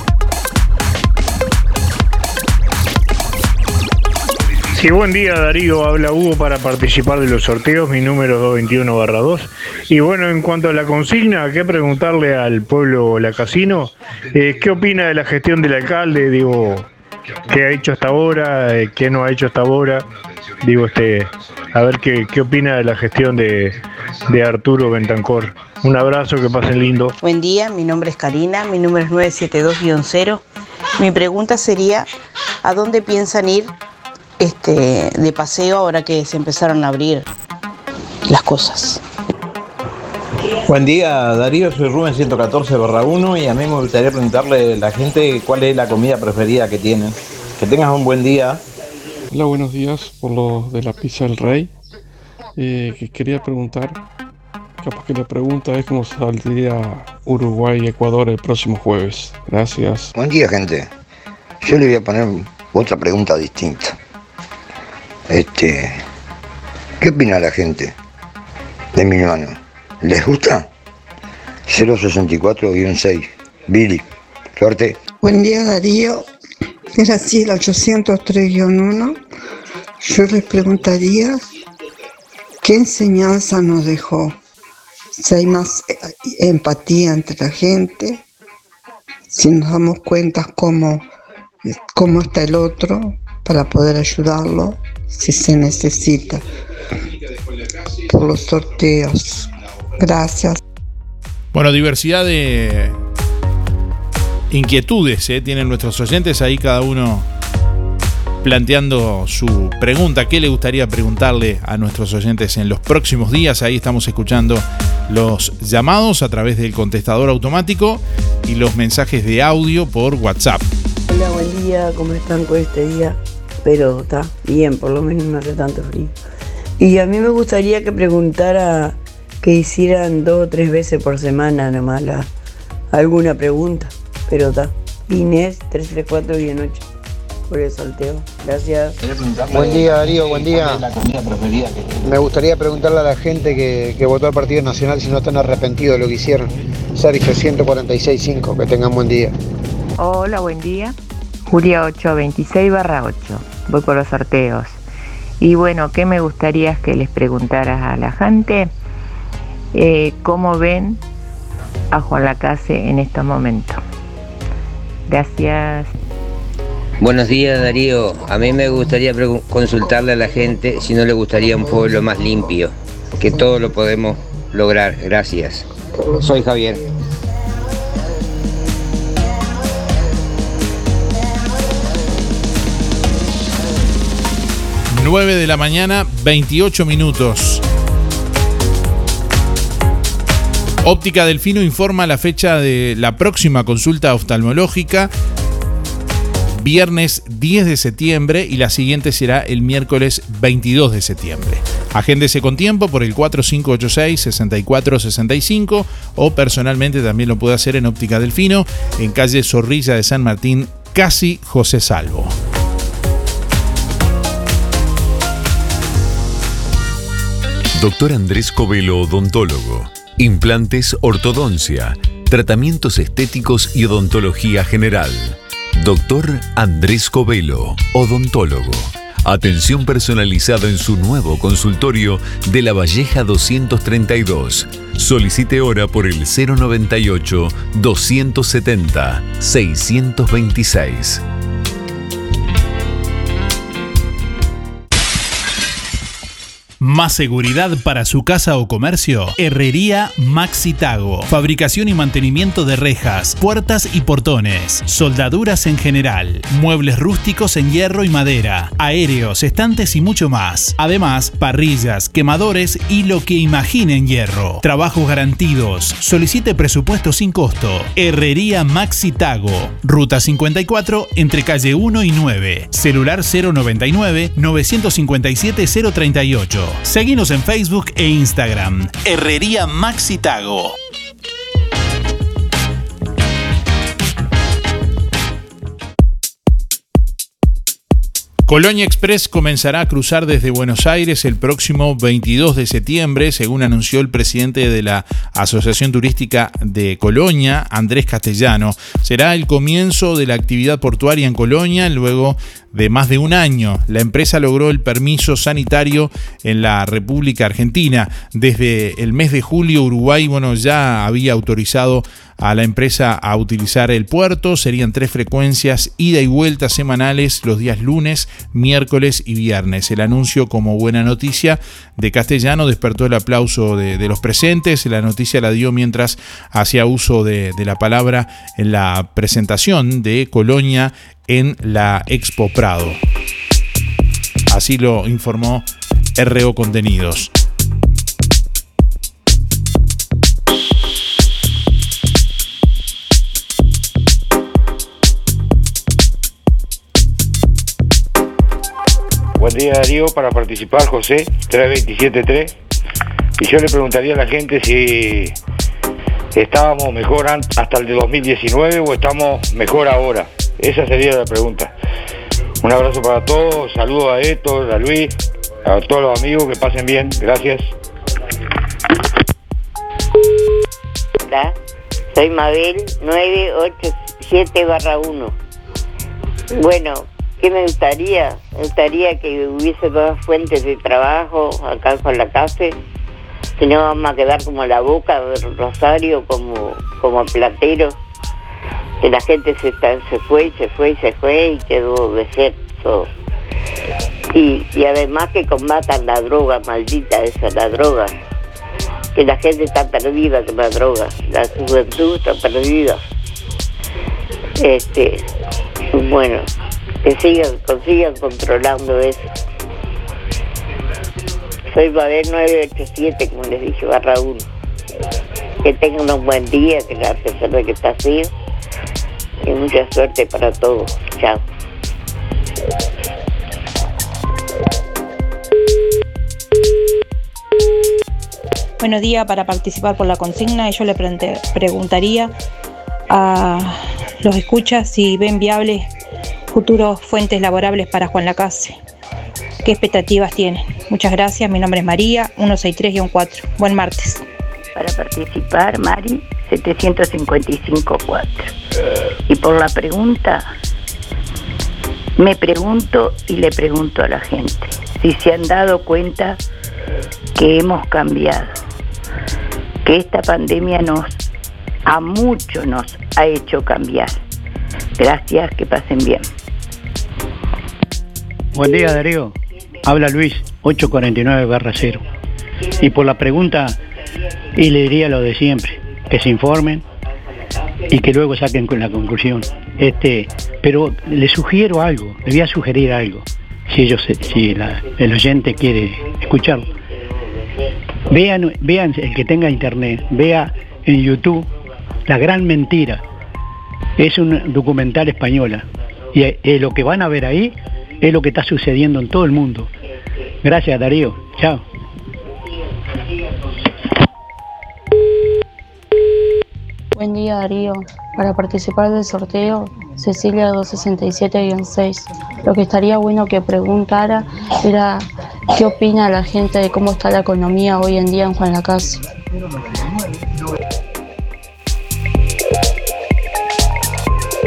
Sí, buen día Darío, habla Hugo para participar de los sorteos, mi número es doscientos veintiuno barra dos. Y bueno, en cuanto a la consigna, ¿qué preguntarle al pueblo lacasino? Eh, ¿Qué opina de la gestión del alcalde? Digo, ¿qué ha hecho hasta ahora? Eh, ¿Qué no ha hecho hasta ahora? Digo, este, a ver qué, qué opina de la gestión de, de Arturo Bentancor. Un abrazo, que pasen lindo. Buen día, mi nombre es Karina, mi número es nueve siete dos guion cero. Mi pregunta sería, ¿a dónde piensan ir Este, de paseo ahora que se empezaron a abrir las cosas? Buen día Darío, soy Rubén ciento catorce barra uno y a mí me gustaría preguntarle a la gente cuál es la comida preferida que tienen. Que tengas un buen día. Hola, buenos días, por lo de la pizza del Rey. Eh, que quería preguntar, capaz que la pregunta es cómo saldría Uruguay y Ecuador el próximo jueves. Gracias. Buen día, gente. Yo le voy a poner otra pregunta distinta. Este, ¿qué opina la gente de mi mano? ¿Les gusta? cero sesenta y cuatro guion seis. Billy, suerte. Buen día Darío, Graciela ochocientos tres guion uno. Yo les preguntaría ¿qué enseñanza nos dejó? Si hay más empatía entre la gente, si nos damos cuenta cómo, cómo está el otro para poder ayudarlo si se necesita. Por los sorteos. Gracias. Bueno, diversidad de inquietudes ¿eh? tienen nuestros oyentes, ahí cada uno planteando su pregunta, qué le gustaría preguntarle a nuestros oyentes en los próximos días. Ahí estamos escuchando los llamados a través del contestador automático y los mensajes de audio por WhatsApp. Hola, buen día, ¿cómo están con este día? Pero está bien, por lo menos no hace tanto frío. Y a mí me gustaría que preguntara, que hicieran dos o tres veces por semana nomás la, alguna pregunta. Pero está. Inés tres tres cuatro guion ocho por el sorteo. Gracias. Buen día Darío, buen día. Me gustaría preguntarle a la gente que, que votó al Partido Nacional si no están arrepentidos de lo que hicieron. Sergio ciento cuarenta y seis cinco, que tengan buen día. Hola, buen día. Julia ochocientos veintiséis barra ocho. Voy por los sorteos. Y bueno, ¿qué me gustaría que les preguntaras a la gente? Eh, ¿Cómo ven a Juan Lacase en estos momentos? Gracias. Buenos días Darío, a mí me gustaría consultarle a la gente si no le gustaría un pueblo más limpio, que todo lo podemos lograr. Gracias. Soy Javier. nueve de la mañana, veintiocho minutos. Óptica Delfino informa la fecha de la próxima consulta oftalmológica, viernes diez de septiembre, y la siguiente será el miércoles veintidós de septiembre. Agéndese con tiempo por el cuatro cinco ocho seis, seis cuatro seis cinco o personalmente también lo puede hacer en Óptica Delfino, en calle Zorrilla de San Martín, casi José Salvo. Doctor Andrés Covelo, odontólogo. Implantes, ortodoncia, tratamientos estéticos y odontología general. Doctor Andrés Covelo, odontólogo. Atención personalizada en su nuevo consultorio de La Valleja doscientos treinta y dos. Solicite hora por el cero noventa y ocho, doscientos setenta, seiscientos veintiséis. ¿Más seguridad para su casa o comercio? Herrería Maxitago. Fabricación y mantenimiento de rejas, puertas y portones, soldaduras en general, muebles rústicos en hierro y madera, aéreos, estantes y mucho más. Además, parrillas, quemadores y lo que imagine en hierro. Trabajos garantidos. Solicite presupuesto sin costo. Herrería Maxitago. Ruta cincuenta y cuatro entre calle uno y nueve. Celular cero noventa y nueve, nueve cinco siete, cero treinta y ocho. Seguinos en Facebook e Instagram. Herrería Maxitago. Colonia Express comenzará a cruzar desde Buenos Aires el próximo veintidós de septiembre, según anunció el presidente de la Asociación Turística de Colonia, Andrés Castellano. Será el comienzo de la actividad portuaria en Colonia luego de más de un año. La empresa logró el permiso sanitario en la República Argentina. Desde el mes de julio, Uruguay, bueno, ya había autorizado a la empresa a utilizar el puerto. Serían tres frecuencias ida y vuelta semanales los días lunes, miércoles y viernes. El anuncio, como buena noticia de Castellano, despertó el aplauso de, de los presentes. La noticia la dio mientras hacía uso de, de la palabra en la presentación de Colonia en la Expo Prado. Así lo informó R O Contenidos. Buen día, Darío, para participar José, tres veintisiete tres, y yo le preguntaría a la gente si estábamos mejor hasta el de dos mil diecinueve o estamos mejor ahora. Esa sería la pregunta. Un abrazo para todos, saludos a Héctor, a Luis, a todos los amigos, que pasen bien, gracias. Hola, soy Mabel nueve ocho siete barra uno. Bueno, ¿qué me gustaría? Me gustaría que hubiese más fuentes de trabajo acá con la casa, si no vamos a quedar como la Boca de Rosario, como, como Platero, que la gente se, está, se fue y se fue y se fue y quedó deserto. Y, y además que combatan la droga, maldita esa, la droga, que la gente está perdida con la droga, la juventud está perdida. Este, bueno, que sigan, consigan controlando eso. Soy Babel nueve ocho siete, como les dije, barra uno. Que tengan un buen día, que a pesar de que está frío, y mucha suerte para todos. Chao. Buenos días, para participar por la consigna, yo le pre- preguntaría a los escuchas si ven viables futuros fuentes laborables para Juan Lacase. ¿Qué expectativas tienen? Muchas gracias, mi nombre es María, ciento sesenta y tres guión cuatro. Buen martes. Para participar, Mari, setecientos cincuenta y cinco cuatro. Y por la pregunta, me pregunto y le pregunto a la gente si se han dado cuenta que hemos cambiado, que esta pandemia nos, a mucho nos ha hecho cambiar. Gracias, que pasen bien. Buen día, Darío. Habla Luis, ochocientos cuarenta y nueve barra cero. Y por la pregunta, y le diría lo de siempre, que se informen y que luego saquen con la conclusión. Este, pero le sugiero algo, le voy a sugerir algo, si ellos, si la, el oyente quiere escucharlo. Vean, vean, el que tenga internet, vea en YouTube La Gran Mentira. Es un documental española. Y eh, lo que van a ver ahí es lo que está sucediendo en todo el mundo. Gracias, Darío. Chao. Buen día, Darío. Para participar del sorteo, Cecilia doscientos sesenta y siete guión seis. Lo que estaría bueno que preguntara era qué opina la gente de cómo está la economía hoy en día en Juan Lacase.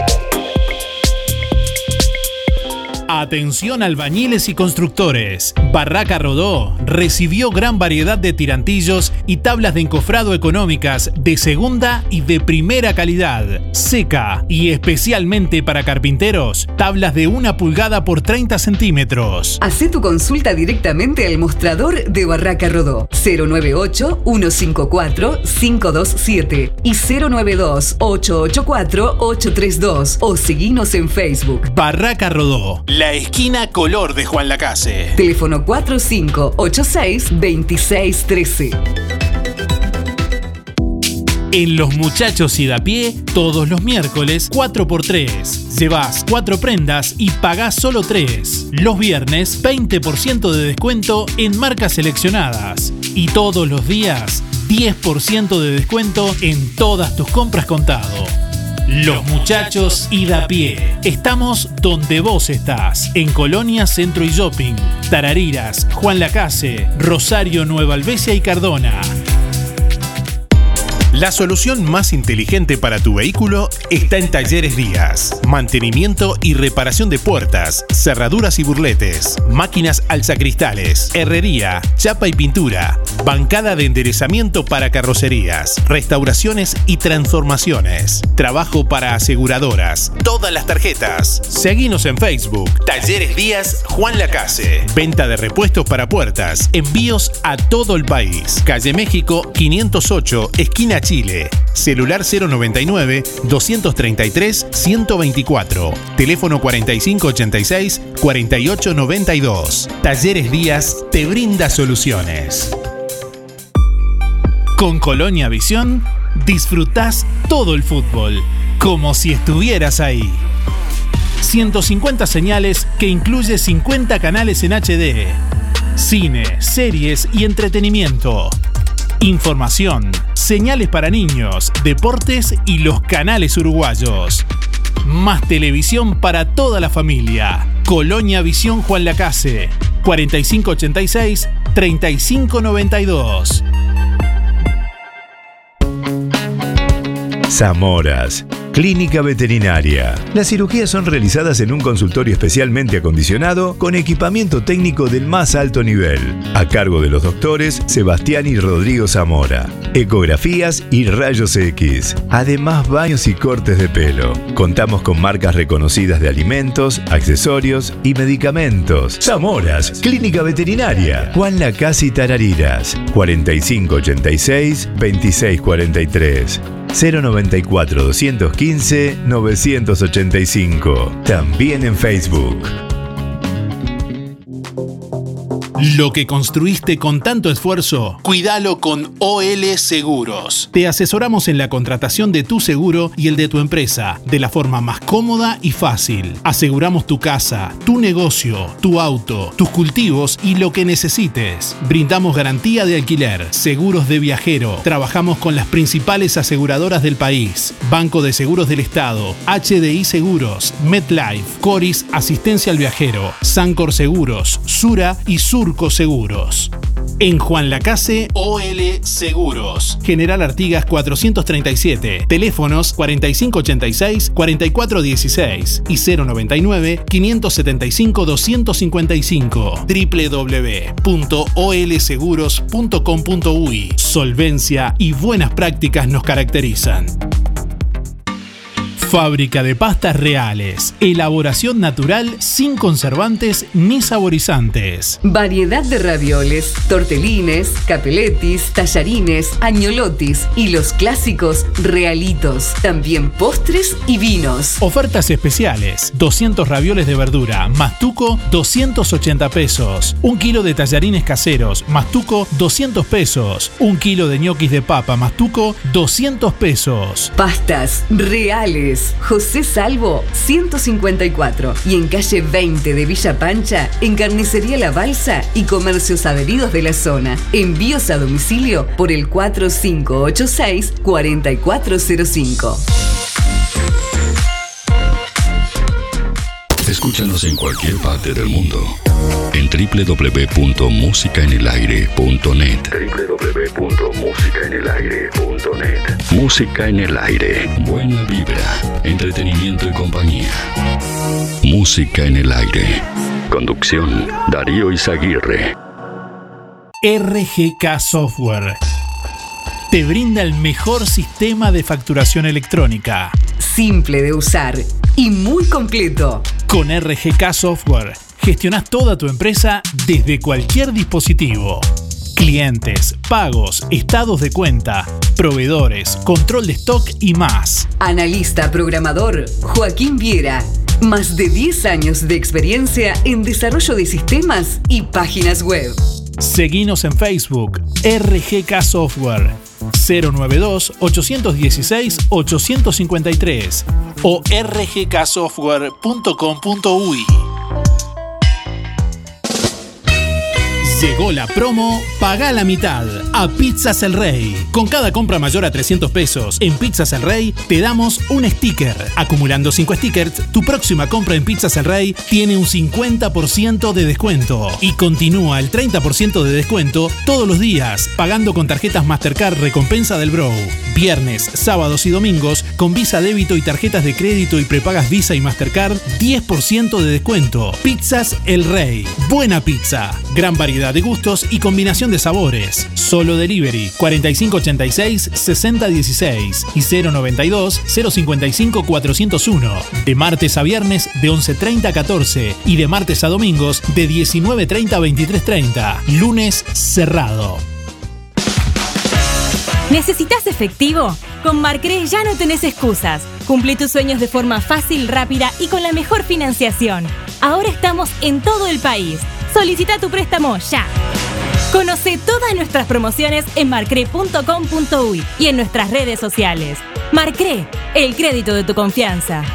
Atención albañiles y constructores. Barraca Rodó recibió gran variedad de tirantillos y tablas de encofrado económicas de segunda y de primera calidad, seca y especialmente para carpinteros, tablas de una pulgada por treinta centímetros. Hacé tu consulta directamente al mostrador de Barraca Rodó, cero nueve ocho, uno cinco cuatro, cinco dos siete y cero nueve dos, ocho ocho cuatro, ocho tres dos o seguinos en Facebook. Barraca Rodó, la esquina color de Juan Lacase. Teléfono cuatro cinco ocho seis, dos seis uno tres. En Los Muchachos y de a pie, todos los miércoles, cuatro por tres. Llevas cuatro prendas y pagás solo tres. Los viernes, veinte por ciento de descuento en marcas seleccionadas. Y todos los días, diez por ciento de descuento en todas tus compras contado. Los Muchachos y de a pie. Estamos donde vos estás. En Colonia Centro y Shopping, Tarariras, Juan Lacase, Rosario, Nueva Alvesia y Cardona. La solución más inteligente para tu vehículo está en Talleres Díaz. Mantenimiento y reparación de puertas, cerraduras y burletes, máquinas alzacristales, herrería, chapa y pintura, bancada de enderezamiento para carrocerías, restauraciones y transformaciones, trabajo para aseguradoras, todas las tarjetas. Seguinos en Facebook, Talleres Díaz Juan Lacase. Venta de repuestos para puertas, envíos a todo el país. Calle México quinientos ocho, esquina Chile. Celular cero noventa y nueve, doscientos treinta y tres, ciento veinticuatro. Teléfono cuarenta y cinco ochenta y seis, cuarenta y ocho noventa y dos. Talleres Díaz te brinda soluciones. Con Colonia Visión disfrutás todo el fútbol, como si estuvieras ahí. ciento cincuenta señales que incluye cincuenta canales en H D. Cine, series y entretenimiento. Información, señales para niños, deportes y los canales uruguayos. Más televisión para toda la familia. Colonia Visión Juan Lacase, cuarenta y cinco ochenta y seis, treinta y cinco noventa y dos. Zamoras, Clínica Veterinaria. Las cirugías son realizadas en un consultorio especialmente acondicionado con equipamiento técnico del más alto nivel, a cargo de los doctores Sebastián y Rodrigo Zamora. Ecografías y rayos X. Además, baños y cortes de pelo. Contamos con marcas reconocidas de alimentos, accesorios y medicamentos. Zamoras, Clínica Veterinaria. Juan Lacase y Tarariras. cuarenta y cinco ochenta y seis, veintiséis cuarenta y tres. cero noventa y cuatro, doscientos quince, novecientos ochenta y cinco. También en Facebook. Lo que construiste con tanto esfuerzo, cuídalo con O L Seguros. Te asesoramos en la contratación de tu seguro y el de tu empresa de la forma más cómoda y fácil. Aseguramos tu casa, tu negocio, tu auto, tus cultivos y lo que necesites. Brindamos garantía de alquiler, seguros de viajero. Trabajamos con las principales aseguradoras del país: Banco de Seguros del Estado, H D I Seguros, MetLife, Coris Asistencia al Viajero, Sancor Seguros, Sura y Surco Seguros. En Juan Lacase, O L Seguros. General Artigas cuatrocientos treinta y siete. Teléfonos cuarenta y cinco ochenta y seis, cuarenta y cuatro dieciséis y cero noventa y nueve, quinientos setenta y cinco, doscientos cincuenta y cinco. doble u doble u doble u punto o l seguros punto com punto u y. Solvencia y buenas prácticas nos caracterizan. Fábrica de pastas reales. Elaboración natural sin conservantes ni saborizantes. Variedad de ravioles, tortelines, capeletis, tallarines, agnolotis y los clásicos realitos. También postres y vinos. Ofertas especiales. doscientos ravioles de verdura, mastuco, doscientos ochenta pesos. Un kilo de tallarines caseros, mastuco, doscientos pesos. Un kilo de ñoquis de papa, mastuco, doscientos pesos. Pastas reales. José Salvo ciento cincuenta y cuatro y en calle veinte de Villa Pancha, en Carnicería La Balsa y comercios adheridos de la zona. Envíos a domicilio por el cuatro cinco ocho seis, cuatro cuatro cero cinco. Escúchanos en cualquier parte del mundo en doble u doble u doble u punto música en el aire punto net. doble u doble u doble u punto música en el aire punto net. Música en el aire. Buena vibra, entretenimiento y compañía. Música en el aire. Conducción, Darío Izaguirre. R G K Software te brinda el mejor sistema de facturación electrónica. Simple de usar y muy completo. Con R G K Software gestionás toda tu empresa desde cualquier dispositivo. Clientes, pagos, estados de cuenta, proveedores, control de stock y más. Analista programador Joaquín Viera. Más de diez años de experiencia en desarrollo de sistemas y páginas web. Seguinos en Facebook, R G K Software, cero nueve dos, ocho uno seis, ocho cinco tres o r g k software punto com punto u y. Llegó la promo Pagá la mitad a Pizzas El Rey. Con cada compra mayor a trescientos pesos en Pizzas El Rey te damos un sticker. Acumulando cinco stickers, tu próxima compra en Pizzas El Rey tiene un cincuenta por ciento de descuento. Y continúa el treinta por ciento de descuento todos los días, pagando con tarjetas Mastercard Recompensa del Bro. Viernes, sábados y domingos, con Visa Débito y tarjetas de crédito y prepagas Visa y Mastercard, diez por ciento de descuento. Pizzas El Rey. Buena pizza. Gran variedad de gustos y combinación de sabores. Solo delivery cuarenta y cinco ochenta y seis sesenta dieciséis y cero noventa y dos cero cincuenta y cinco cuatrocientos uno. De martes a viernes de once treinta a catorce y de martes a domingos de diecinueve treinta a veintitrés treinta. Lunes cerrado. ¿Necesitas efectivo? Con Marcre ya no tenés excusas. Cumplí tus sueños de forma fácil, rápida y con la mejor financiación. Ahora estamos en todo el país. Solicita tu préstamo ya. Conoce todas nuestras promociones en marcre punto com punto u y y en nuestras redes sociales. Marcre, el crédito de tu confianza.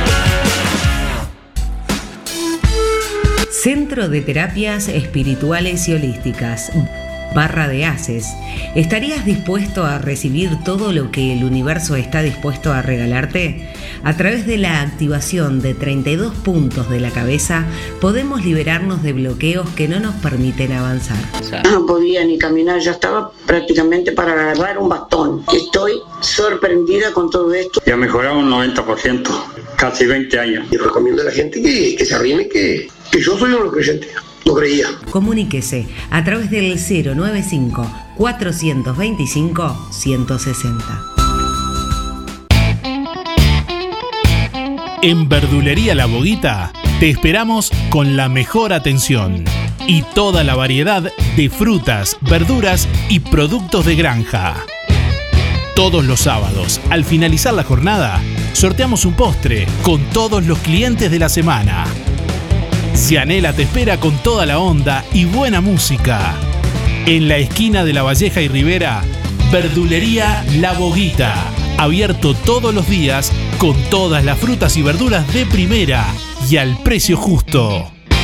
Centro de Terapias Espirituales y Holísticas. Barra de Haces. ¿Estarías dispuesto a recibir todo lo que el universo está dispuesto a regalarte? A través de la activación de treinta y dos puntos de la cabeza, podemos liberarnos de bloqueos que no nos permiten avanzar. No podía ni caminar, ya estaba prácticamente para agarrar un bastón. Estoy sorprendida con todo esto. Ya mejorado un noventa por ciento, casi veinte años. Y recomiendo a la gente que, que se arrime, que, que yo soy uno de los creyentes. No creía. Comuníquese a través del cero nueve cinco, cuatrocientos veinticinco, ciento sesenta. En Verdulería La Boguita te esperamos con la mejor atención y toda la variedad de frutas, verduras y productos de granja. Todos los sábados, al finalizar la jornada, sorteamos un postre con todos los clientes de la semana. Cianela te espera con toda la onda y buena música. En la esquina de La Valleja y Rivera, Verdulería La Boguita. Abierto todos los días con todas las frutas y verduras de primera y al precio justo.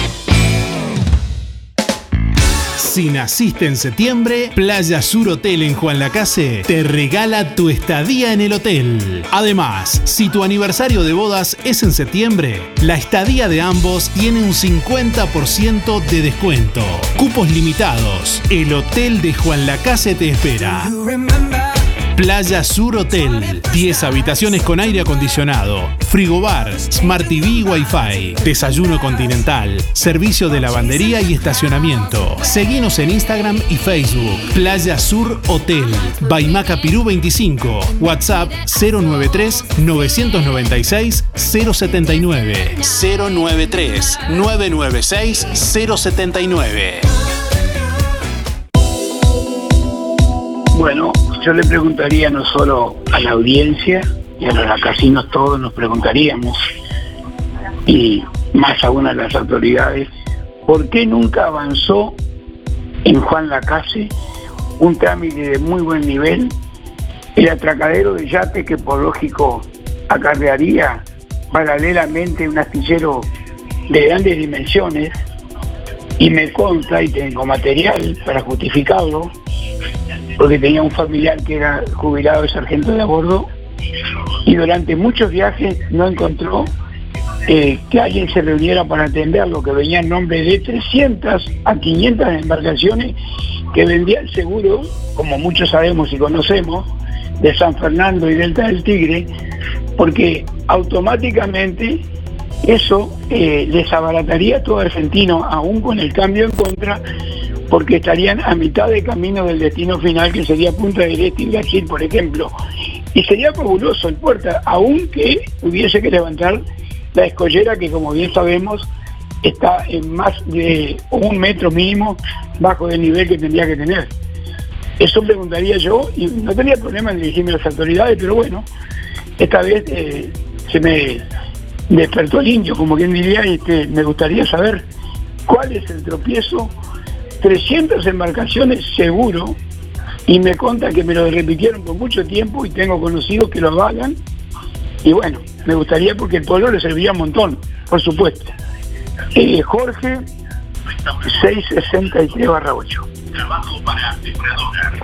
Si naciste en septiembre, Playa Sur Hotel en Juan Lacase te regala tu estadía en el hotel. Además, si tu aniversario de bodas es en septiembre, la estadía de ambos tiene un cincuenta por ciento de descuento. Cupos limitados. El Hotel de Juan Lacase te espera. Playa Sur Hotel. diez habitaciones con aire acondicionado, frigobar, Smart T V y Wi-Fi, desayuno continental, servicio de lavandería y estacionamiento. Seguinos en Instagram y Facebook. Playa Sur Hotel. Baimaca Pirú veinticinco. WhatsApp cero nueve tres, nueve nueve seis, cero siete nueve. cero nueve tres, nueve nueve seis, cero siete nueve. Bueno, yo le preguntaría no solo a la audiencia y a los lacasinos, todos nos preguntaríamos, y más aún a las autoridades, ¿por qué nunca avanzó en Juan Lacase un trámite de muy buen nivel, el atracadero de yate que por lógico acarrearía paralelamente un astillero de grandes dimensiones? Y me consta, y tengo material para justificarlo, porque tenía un familiar que era jubilado de sargento de a bordo y durante muchos viajes no encontró eh, que alguien se reuniera para atenderlo, que venía en nombre de trescientas a quinientas embarcaciones que vendía el seguro, como muchos sabemos y conocemos, de San Fernando y Delta del Tigre, porque automáticamente Eso eh, desabarataría todo argentino, aún con el cambio en contra, porque estarían a mitad de camino del destino final, que sería Punta del Este y Brasil, por ejemplo. Y sería fabuloso el puerto, aunque hubiese que levantar la escollera, que como bien sabemos está en más de un metro mínimo bajo del nivel que tendría que tener. Eso preguntaría yo, y no tenía problema en dirigirme a las autoridades, pero bueno, esta vez eh, se me despertó el indio, como quien diría, y este, me gustaría saber cuál es el tropiezo. trescientas embarcaciones seguro, y me conta que me lo repitieron por mucho tiempo y tengo conocidos que lo avalan, y bueno, me gustaría porque el pueblo le serviría un montón, por supuesto. Eh, Jorge, seiscientos sesenta y tres barra ocho. Trabajo para depuradora.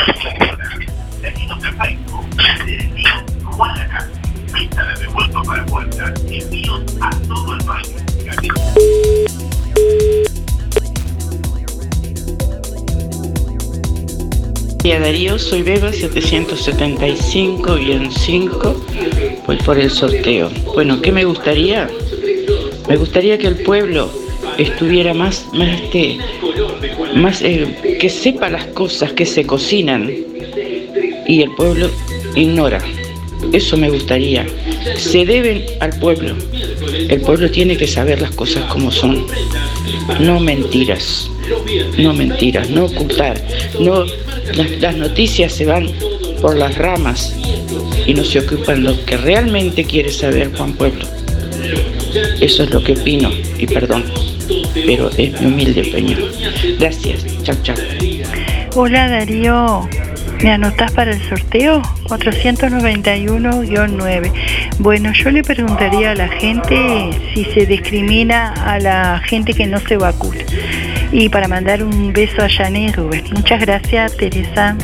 Hola Darío, soy Beba setecientos setenta y cinco guión cinco, voy por el sorteo. Bueno, ¿qué me gustaría? Me gustaría que el pueblo estuviera más, más, este, más eh, que sepa las cosas que se cocinan y el pueblo ignora. Eso me gustaría. Se deben al pueblo. El pueblo tiene que saber las cosas como son. No mentiras. No mentiras, no ocultar. No, las, las noticias se van por las ramas y no se ocupan lo que realmente quiere saber Juan Pueblo. Eso es lo que opino y perdón, pero es mi humilde opinión. Gracias, chao, chao. Hola Darío, ¿me anotás para el sorteo? cuatrocientos noventa y uno guión nueve. Bueno, yo le preguntaría a la gente si se discrimina a la gente que no se vacuna. Y para mandar un beso a Jané Rubén. Muchas gracias, Teresa.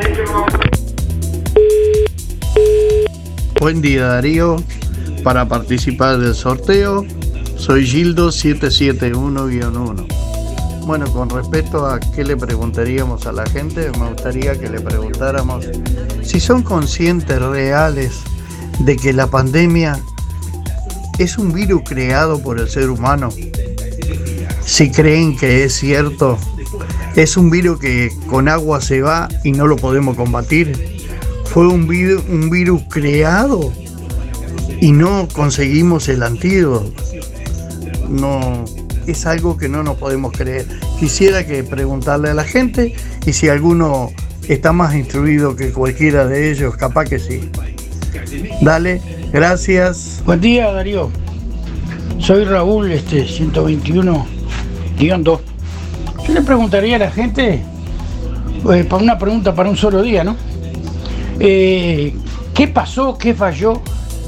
Buen día, Darío. Para participar del sorteo, soy Gildo setecientos setenta y uno guión uno. Bueno, con respecto a qué le preguntaríamos a la gente, me gustaría que le preguntáramos si son conscientes reales de que la pandemia es un virus creado por el ser humano. Si creen que es cierto, es un virus que con agua se va y no lo podemos combatir. Fue un virus, un virus creado y no conseguimos el antídoto. No, es algo que no nos podemos creer. Quisiera que preguntarle a la gente y si alguno está más instruido que cualquiera de ellos, capaz que sí. Dale, gracias. Buen día, Darío. Soy Raúl, este, ciento veintiuno guión dos. Yo le preguntaría a la gente, pues, para una pregunta para un solo día, ¿no? Eh, ¿Qué pasó, qué falló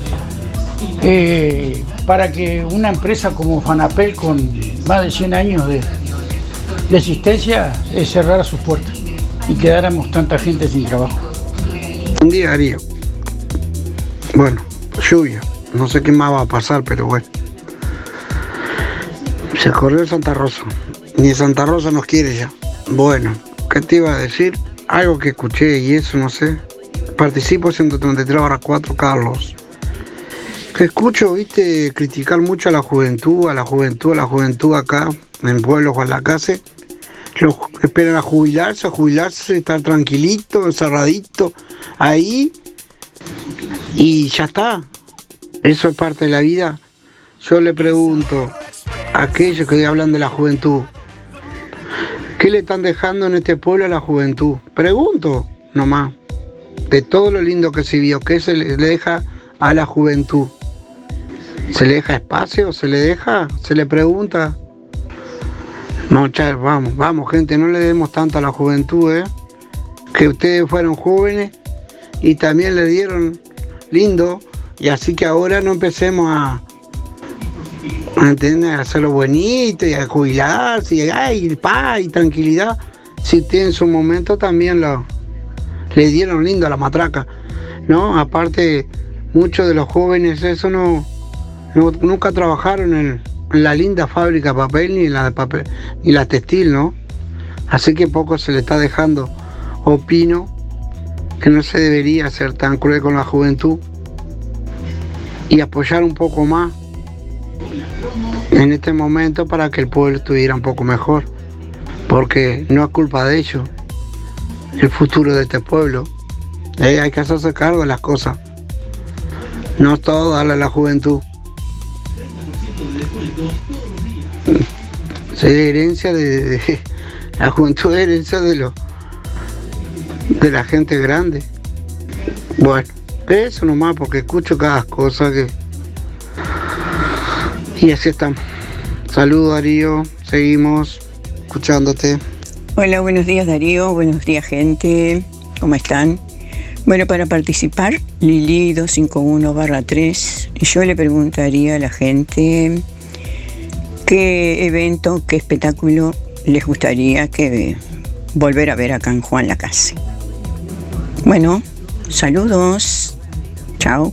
eh, para que una empresa como Fanapel, con más de cien años de, de existencia, eh, cerrara sus puertas y quedáramos tanta gente sin trabajo? Un día, Darío. Bueno, lluvia. No sé qué más va a pasar, pero bueno. Se corrió Santa Rosa. Ni Santa Rosa nos quiere ya. Bueno, ¿qué te iba a decir? Algo que escuché y eso no sé. Participo ciento treinta y tres barra cuatro, Carlos. Que escucho, viste, criticar mucho a la juventud, a la juventud, a la juventud acá, en Pueblo Juan Lacase. Los esperan a jubilarse, a jubilarse, estar tranquilito, encerradito, ahí. Y ya está. Eso es parte de la vida. Yo le pregunto a aquellos que hablan de la juventud, ¿qué le están dejando en este pueblo a la juventud? Pregunto nomás, de todo lo lindo que se vio, ¿qué se le deja a la juventud? ¿Se le deja espacio? ¿Se le deja? ¿Se le pregunta? No, char, vamos, vamos gente, no le demos tanto a la juventud, ¿eh? Que ustedes fueron jóvenes y también le dieron lindo, y así que ahora no empecemos a ¿entiendes? A hacerlo bonito y a jubilarse y, ay, paz y tranquilidad. Si usted en su momento también lo, le dieron lindo a la matraca, ¿no? Aparte, muchos de los jóvenes eso no, no nunca trabajaron en, en la linda fábrica de papel ni en la de papel ni la textil, ¿no? Así que poco se le está dejando. Opino que no se debería ser tan cruel con la juventud y apoyar un poco más en este momento para que el pueblo estuviera un poco mejor, porque no es culpa de ellos el futuro de este pueblo. Eh, hay que hacerse cargo de las cosas, no todo darle a la juventud. Es herencia de, de la juventud, es herencia de lo de la gente grande. Bueno, eso nomás, porque escucho cada cosa que... Y así estamos. Saludos, Darío, seguimos escuchándote. Hola, buenos días, Darío, buenos días, gente, ¿cómo están? Bueno, para participar, Lili doscientos cincuenta y uno barra tres, yo le preguntaría a la gente qué evento, qué espectáculo les gustaría que volver a ver acá en Juan Lacase. Bueno, saludos, chao.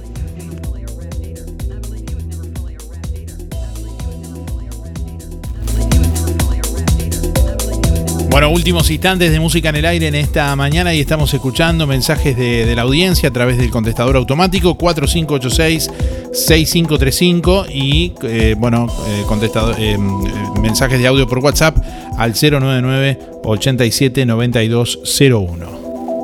Bueno, últimos instantes de música en el aire en esta mañana y estamos escuchando mensajes de, de la audiencia a través del contestador automático cuatro cinco ocho seis, seis cinco tres cinco y eh, bueno, eh, contestador, eh, mensajes de audio por WhatsApp al cero nueve nueve, ochenta y siete, noventa y dos cero uno.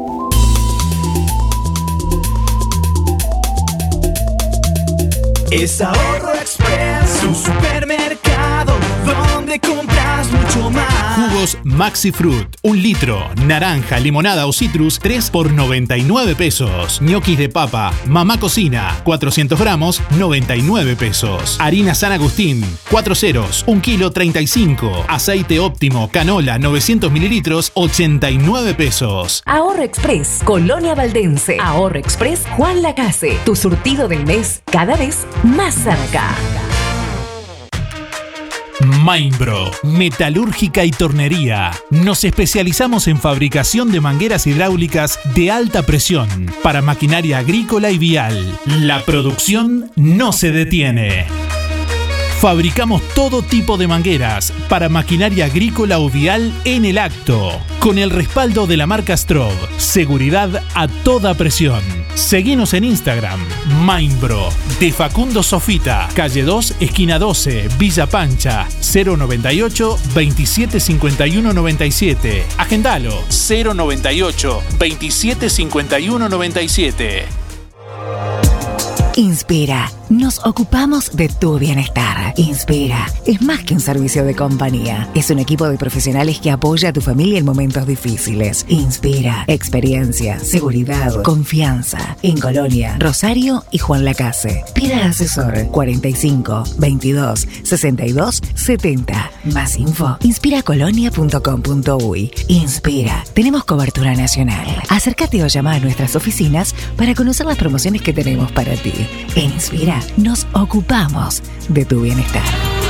Es Ahorro Express, un supermercado donde compras mucho más. Jugos Maxi Fruit, un litro, naranja, limonada o citrus, tres por noventa y nueve pesos. Ñoquis de papa, Mamá Cocina, cuatrocientos gramos, noventa y nueve pesos. Harina San Agustín, cuatro ceros, un kilo, treinta y cinco. Aceite óptimo, canola, novecientos mililitros, ochenta y nueve pesos. Ahorro Express, Colonia Valdense. Ahorro Express, Juan Lacase. Tu surtido del mes, cada vez más cerca. Mainbro, metalúrgica y tornería. Nos especializamos en fabricación de mangueras hidráulicas de alta presión para maquinaria agrícola y vial. La producción no se detiene. Fabricamos todo tipo de mangueras para maquinaria agrícola o vial en el acto, con el respaldo de la marca Stroh. Seguridad a toda presión. Seguinos en Instagram, Mainbro, de Facundo Sofita, calle dos, esquina doce, Villa Pancha, cero noventa y ocho, veintisiete cincuenta y uno noventa y siete. Agendalo, cero noventa y ocho, veintisiete cincuenta y uno noventa y siete. Inspira. Nos ocupamos de tu bienestar. Inspira es más que un servicio de compañía. Es un equipo de profesionales que apoya a tu familia en momentos difíciles. Inspira. Experiencia, seguridad, confianza. En Colonia, Rosario y Juan Lacase. Pida asesor cuarenta y cinco, veintidós, sesenta y dos, setenta. Más info, inspira colonia punto com punto uy. Inspira. Tenemos cobertura nacional. Acércate o llama a nuestras oficinas para conocer las promociones que tenemos para ti. En Inspira nos ocupamos de tu bienestar.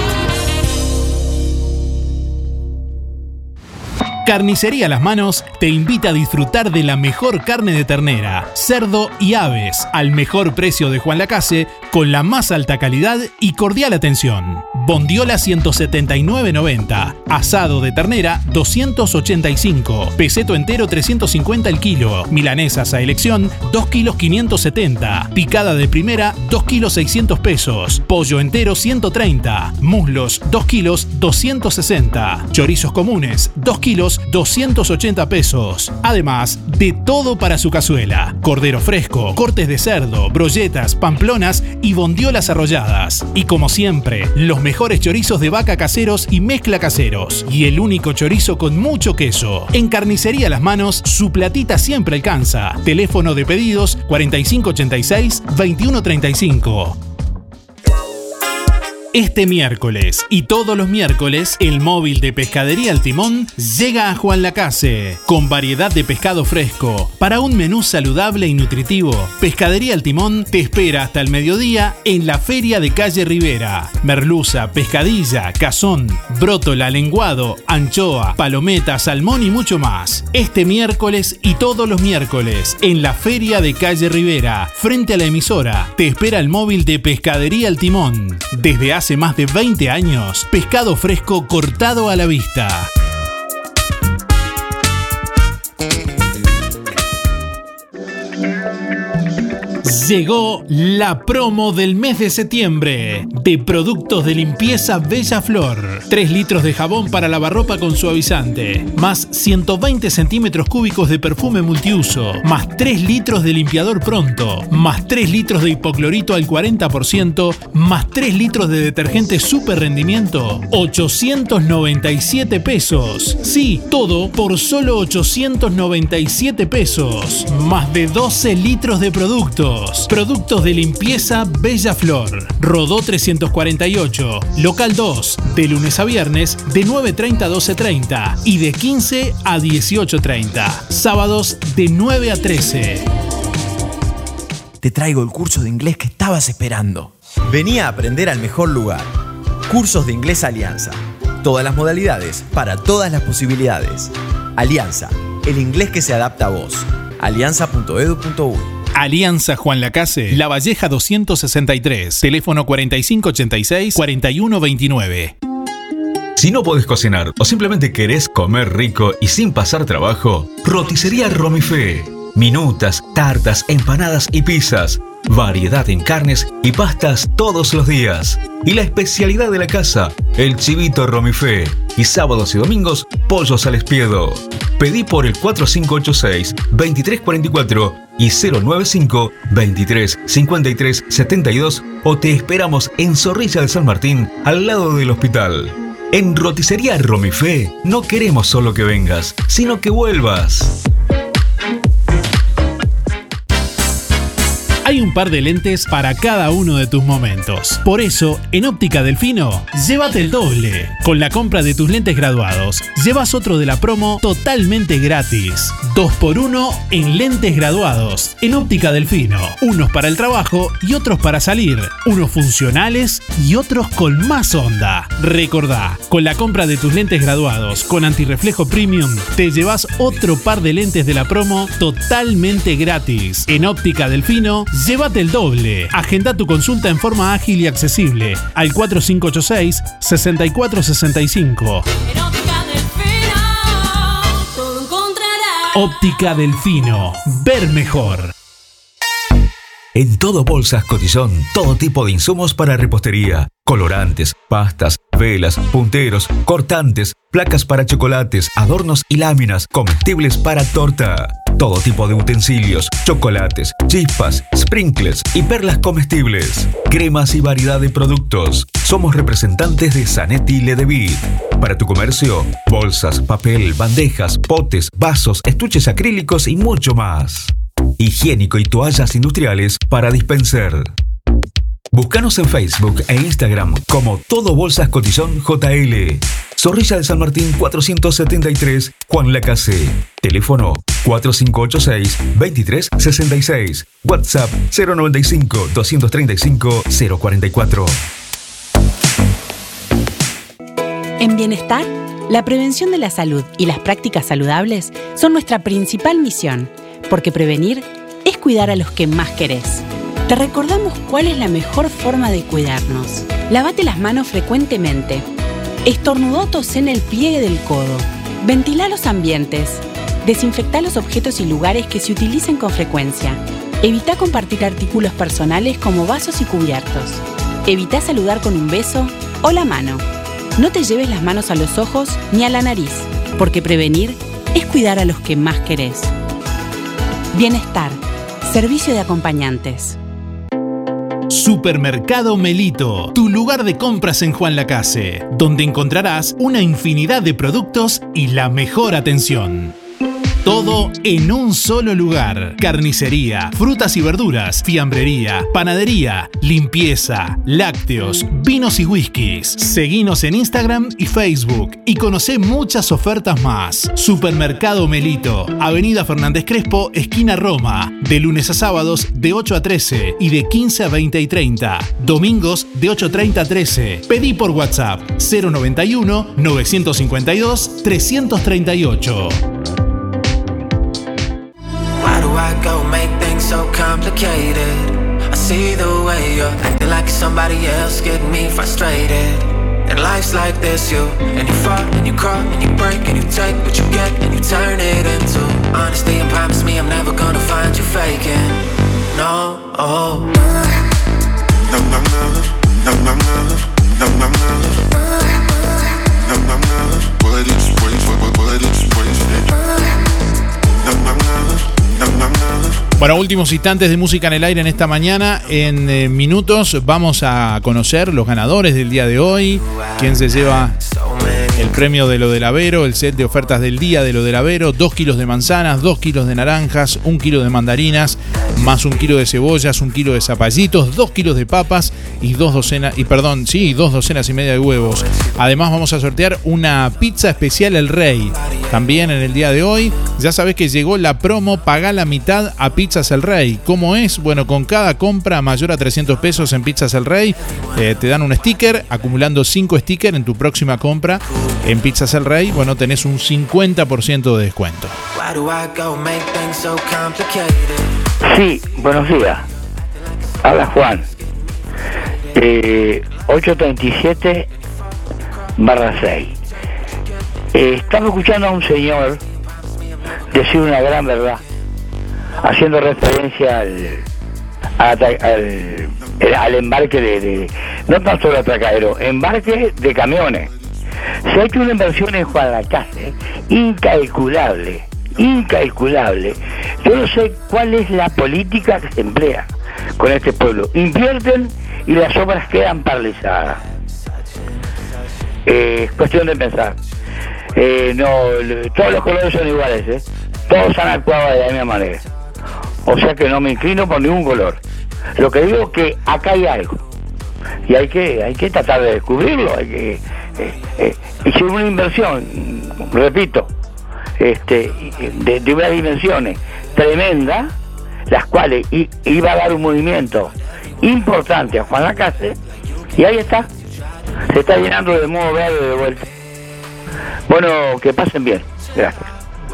Carnicería Las Manos te invita a disfrutar de la mejor carne de ternera, cerdo y aves al mejor precio de Juan Lacase, con la más alta calidad y cordial atención. Bondiola ciento setenta y nueve noventa, asado de ternera doscientos ochenta y cinco, peseto entero trescientos cincuenta el kilo, milanesas a elección dos kilos quinientos setenta, picada de primera dos kilos seiscientos pesos, pollo entero ciento treinta, muslos dos kilos doscientos sesenta, chorizos comunes dos kilos doscientos ochenta pesos. Además de todo para su cazuela, cordero fresco, cortes de cerdo, brolletas, pamplonas y bondiolas arrolladas. Y como siempre, los mejores chorizos de vaca caseros y mezcla caseros. Y el único chorizo con mucho queso. En Carnicería Las Manos, su platita siempre alcanza. Teléfono de pedidos cuarenta y cinco ochenta y seis, veintiuno treinta y cinco. Este miércoles y todos los miércoles, el móvil de Pescadería El Timón llega a Juan Lacase con variedad de pescado fresco. Para un menú saludable y nutritivo, Pescadería El Timón te espera hasta el mediodía en la Feria de Calle Rivera. Merluza, pescadilla, cazón, brótola, lenguado, anchoa, palometa, salmón y mucho más. Este miércoles y todos los miércoles en la Feria de Calle Rivera, frente a la emisora, te espera el móvil de Pescadería El Timón. Desde hace Hace más de veinte años, pescado fresco cortado a la vista. Llegó la promo del mes de septiembre de productos de limpieza Bella Flor. tres litros de jabón para lavarropa con suavizante, más ciento veinte centímetros cúbicos de perfume multiuso, más tres litros de limpiador pronto, más tres litros de hipoclorito al cuarenta por ciento, más tres litros de detergente super rendimiento, ochocientos noventa y siete pesos. Sí, todo por solo ochocientos noventa y siete pesos. Más de doce litros de productos. Productos de limpieza Bella Flor. Rodó trescientos cuarenta y ocho. Local dos. De lunes a viernes de nueve treinta a doce treinta y de quince a dieciocho treinta. Sábados de nueve a trece. Te traigo el curso de inglés que estabas esperando. Vení a aprender al mejor lugar. Cursos de Inglés Alianza. Todas las modalidades para todas las posibilidades. Alianza, el inglés que se adapta a vos. alianza punto edu punto uy. Alianza Juan Lacase, La Valleja doscientos sesenta y tres, teléfono cuarenta y cinco ochenta y seis, cuarenta y uno veintinueve. Si no podés cocinar o simplemente querés comer rico y sin pasar trabajo, Roticería Romifé. Minutas, tartas, empanadas y pizzas. Variedad en carnes y pastas todos los días. Y la especialidad de la casa, el chivito Romifé. Y sábados y domingos, pollos al espiedo. Pedí por el cuatro cinco ocho seis, veintitrés cuarenta y cuatro y cero nueve cinco, veintitrés cincuenta y tres setenta y dos o te esperamos en Zorrilla de San Martín, al lado del hospital. En Roticería Romifé no queremos solo que vengas, sino que vuelvas. Hay un par de lentes para cada uno de tus momentos. Por eso, en Óptica Delfino, llévate el doble. Con la compra de tus lentes graduados, llevas otro de la promo totalmente gratis. dos por uno en lentes graduados. En Óptica Delfino, unos para el trabajo y otros para salir. Unos funcionales y otros con más onda. Recordá, con la compra de tus lentes graduados con antirreflejo premium, te llevas otro par de lentes de la promo totalmente gratis. En Óptica Delfino, llévate el doble. Agenda tu consulta en forma ágil y accesible al cuatro cinco ocho seis, seis cuatro seis cinco. Óptica Delfino. Ver mejor. En Todo Bolsas Cotillón, todo tipo de insumos para repostería. Colorantes, pastas, velas, punteros, cortantes, placas para chocolates, adornos y láminas, comestibles para torta. Todo tipo de utensilios, chocolates, chispas, sprinkles y perlas comestibles. Cremas y variedad de productos. Somos representantes de Zanetti Ledevit. Para tu comercio, bolsas, papel, bandejas, potes, vasos, estuches acrílicos y mucho más. Higiénico y toallas industriales para dispenser. Búscanos en Facebook e Instagram como Todo Bolsas Cotillón J L. Zorrilla de San Martín cuatrocientos setenta y tres, Juan Lacase. Teléfono cuatro cinco ocho seis, veintitrés sesenta y seis. WhatsApp cero noventa y cinco, doscientos treinta y cinco, cero cuarenta y cuatro. En Bienestar, la prevención de la salud y las prácticas saludables son nuestra principal misión, porque prevenir es cuidar a los que más querés. Te recordamos cuál es la mejor forma de cuidarnos. Lávate las manos frecuentemente. Estornudó o tosé en el pliegue del codo. Ventila los ambientes. Desinfecta los objetos y lugares que se utilicen con frecuencia. Evita compartir artículos personales como vasos y cubiertos. Evita saludar con un beso o la mano. No te lleves las manos a los ojos ni a la nariz, porque prevenir es cuidar a los que más querés. Bienestar. Servicio de acompañantes. Supermercado Melito, tu lugar de compras en Juan Lacase, donde encontrarás una infinidad de productos y la mejor atención. Todo en un solo lugar. Carnicería, frutas y verduras, fiambrería, panadería, limpieza, lácteos, vinos y whiskies. Seguinos en Instagram y Facebook y conocé muchas ofertas más. Supermercado Melito, Avenida Fernández Crespo, esquina Roma. De lunes a sábados de ocho a trece y de quince a veinte y treinta. Domingos de ocho treinta a trece. Pedí por WhatsApp cero noventa y uno, novecientos cincuenta y dos, trescientos treinta y ocho. I go make things so complicated. I see the way you're acting like somebody else, getting me frustrated. And life's like this, you and you fall and you crawl and you break and you take what you get and you turn it into honesty and promise me I'm never gonna find you faking. no. Oh. Bueno, últimos instantes de música en el aire en esta mañana. En eh, minutos vamos a conocer los ganadores del día de hoy. Quién se lleva el premio de lo del Avero, el set de ofertas del día de lo del Avero. Dos kilos de manzanas, dos kilos de naranjas, un kilo de mandarinas, más un kilo de cebollas, un kilo de zapallitos, dos kilos de papas y dos docenas, y perdón, sí, dos docenas y media de huevos. Además vamos a sortear una pizza especial El Rey. También en el día de hoy, ya sabés que llegó la promo Pagá la mitad a Pizzas El Rey. ¿Cómo es? Bueno, con cada compra mayor a trescientos pesos en Pizzas El Rey, eh, te dan un sticker, acumulando cinco stickers en tu próxima compra en Pizzas El Rey, bueno, tenés un cincuenta por ciento de descuento. Sí, buenos días. Habla Juan. Eh, ochocientos treinta y siete barra seis. Eh, estaba escuchando a un señor decir una gran verdad, haciendo referencia al, al, al, al embarque de, de, no tan solo atracadero, embarque de camiones. Se ha hecho una inversión en Guadalajara incalculable, incalculable. Yo no sé cuál es la política que se emplea con este pueblo. Invierten y las obras quedan paralizadas. Eh, es cuestión de pensar. Eh, no, todos los colores son iguales, ¿eh? Todos han actuado de la misma manera. O sea que no me inclino por ningún color. Lo que digo es que acá hay algo. Y hay que, hay que tratar de descubrirlo. Hay que, eh, eh, hicieron una inversión, repito, este, de, de unas dimensiones tremendas, las cuales i, iba a dar un movimiento importante a Juan Lacase, y ahí está. Se está llenando de modo verde de vuelta. Bueno, que pasen bien. Gracias.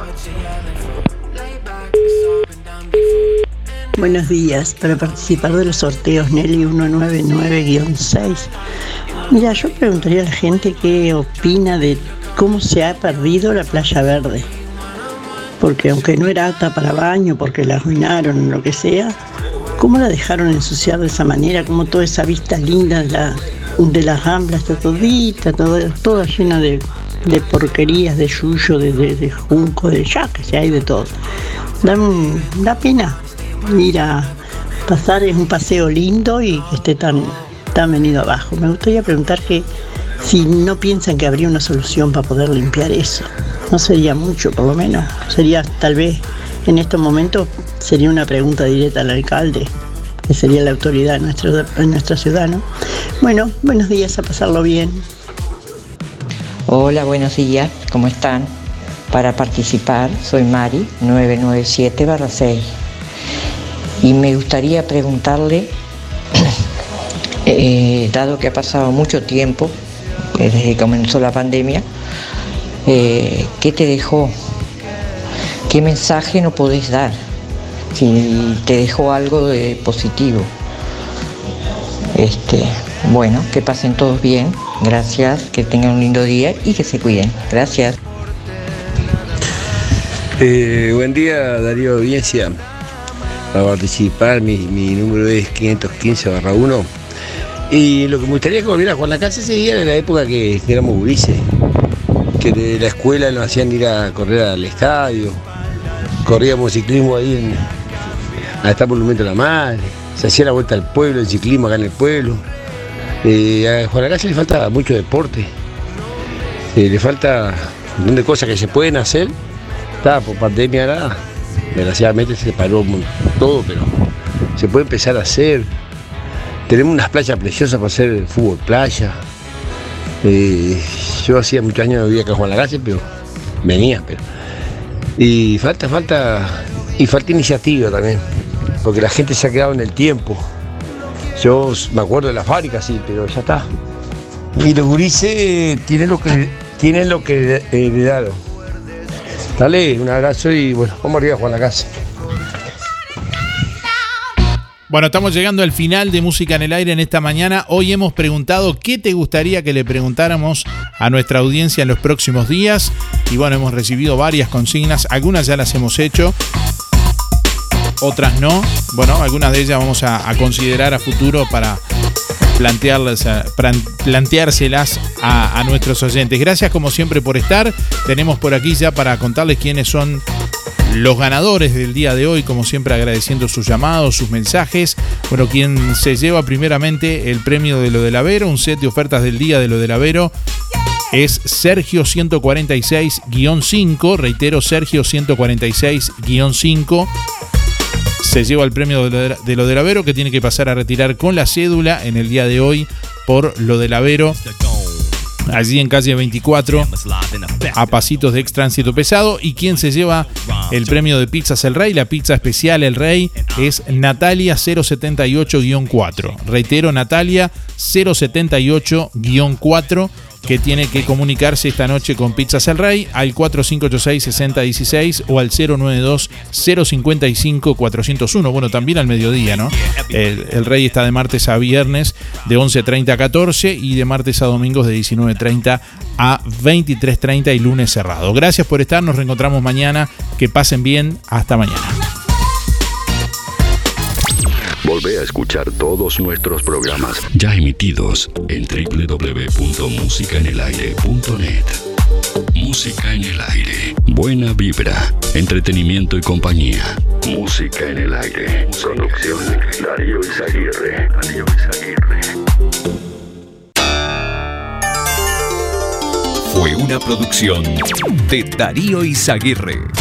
Buenos días. Para participar de los sorteos Nelly ciento noventa y nueve guion seis. Mira, yo preguntaría a la gente qué opina de cómo se ha perdido la Playa Verde. Porque aunque no era apta para baño, porque la arruinaron o lo que sea, ¿cómo la dejaron ensuciar de esa manera? Como toda esa vista linda de la, de las Ramblas está todita, toda, toda llena de, de porquerías, de yuyo, de, de, de junco, de ya que se hay de todo. Da, un, da pena ir a pasar en un paseo lindo y que esté tan, tan venido abajo. Me gustaría preguntar que si no piensan que habría una solución para poder limpiar eso. No sería mucho, por lo menos. Sería, tal vez, en estos momentos, sería una pregunta directa al alcalde, que sería la autoridad de, nuestro, de nuestra ciudad, ¿no? Bueno, buenos días, a pasarlo bien. Hola, buenos días, ¿cómo están? Para participar, soy Mari, nueve nueve siete barra seis. Y me gustaría preguntarle, eh, dado que ha pasado mucho tiempo, desde que comenzó la pandemia, eh, ¿qué te dejó? ¿Qué mensaje no podés dar? Si te dejó algo de positivo. Este, bueno, que pasen todos bien, gracias, que tengan un lindo día y que se cuiden. Gracias. Eh, buen día, Darío Audiencia. Para participar, mi, mi número es quinientos quince barra uno. Y lo que me gustaría que volviera a Juan Lacase ese día era la época que, que éramos gurises, que de la escuela nos hacían ir a correr al estadio, corríamos ciclismo ahí en, hasta el Monumento a la Madre, se hacía la vuelta al pueblo, el ciclismo acá en el pueblo. Eh, a Juan Lacase le falta mucho deporte, eh, le falta un montón de cosas que se pueden hacer. Está, por pandemia ahora, desgraciadamente se paró todo, pero se puede empezar a hacer. Tenemos unas playas preciosas para hacer fútbol playa. Eh, yo hacía muchos años no vivía acá en Juan Lacase, pero venía, pero. Y falta, falta, y falta iniciativa también, porque la gente se ha quedado en el tiempo. Yo me acuerdo de la fábrica, sí, pero ya está. Y los gurises tienen lo que tienen lo que heredaron. Dale, un abrazo y bueno, vamos arriba Juan Lacase. Bueno, estamos llegando al final de Música en el Aire en esta mañana. Hoy hemos preguntado qué te gustaría que le preguntáramos a nuestra audiencia en los próximos días. Y bueno, hemos recibido varias consignas, algunas ya las hemos hecho. otras no. Bueno, algunas de ellas vamos a, a considerar a futuro para plantearlas, a, planteárselas a, a nuestros oyentes. Gracias como siempre por estar. Tenemos por aquí ya para contarles quiénes son los ganadores del día de hoy, como siempre agradeciendo sus llamados, sus mensajes. Bueno, quien se lleva primeramente el premio de Lo del Avero, un set de ofertas del día de Lo del Avero, es Sergio ciento cuarenta y seis guión cinco. Reitero, Sergio ciento cuarenta y seis guión cinco. Se lleva el premio de Lo del Avero, que tiene que pasar a retirar con la cédula en el día de hoy por Lo del Avero, allí en calle veinticuatro, a pasitos de ex tránsito pesado. Y quien se lleva el premio de Pizzas El Rey, la pizza especial El Rey, es Natalia cero setenta y ocho guión cuatro. Reitero, Natalia cero setenta y ocho guión cuatro, que tiene que comunicarse esta noche con Pizzas El Rey al cuatro cinco ocho seis seis cero uno seis o al cero nueve dos cero cinco cinco cuatro cero uno. Bueno, también al mediodía, ¿no? El, el Rey está de martes a viernes de once treinta a catorce y de martes a domingos de diecinueve treinta a veintitrés treinta y lunes cerrado. Gracias por estar, nos reencontramos mañana. Que pasen bien, hasta mañana. Volvé a escuchar todos nuestros programas ya emitidos en doble u doble u doble u punto música en el aire punto net. Música en el aire. Buena vibra, entretenimiento y compañía. Música en el aire. Producción Darío Izaguirre. Darío Izaguirre. Fue una producción de Darío Izaguirre.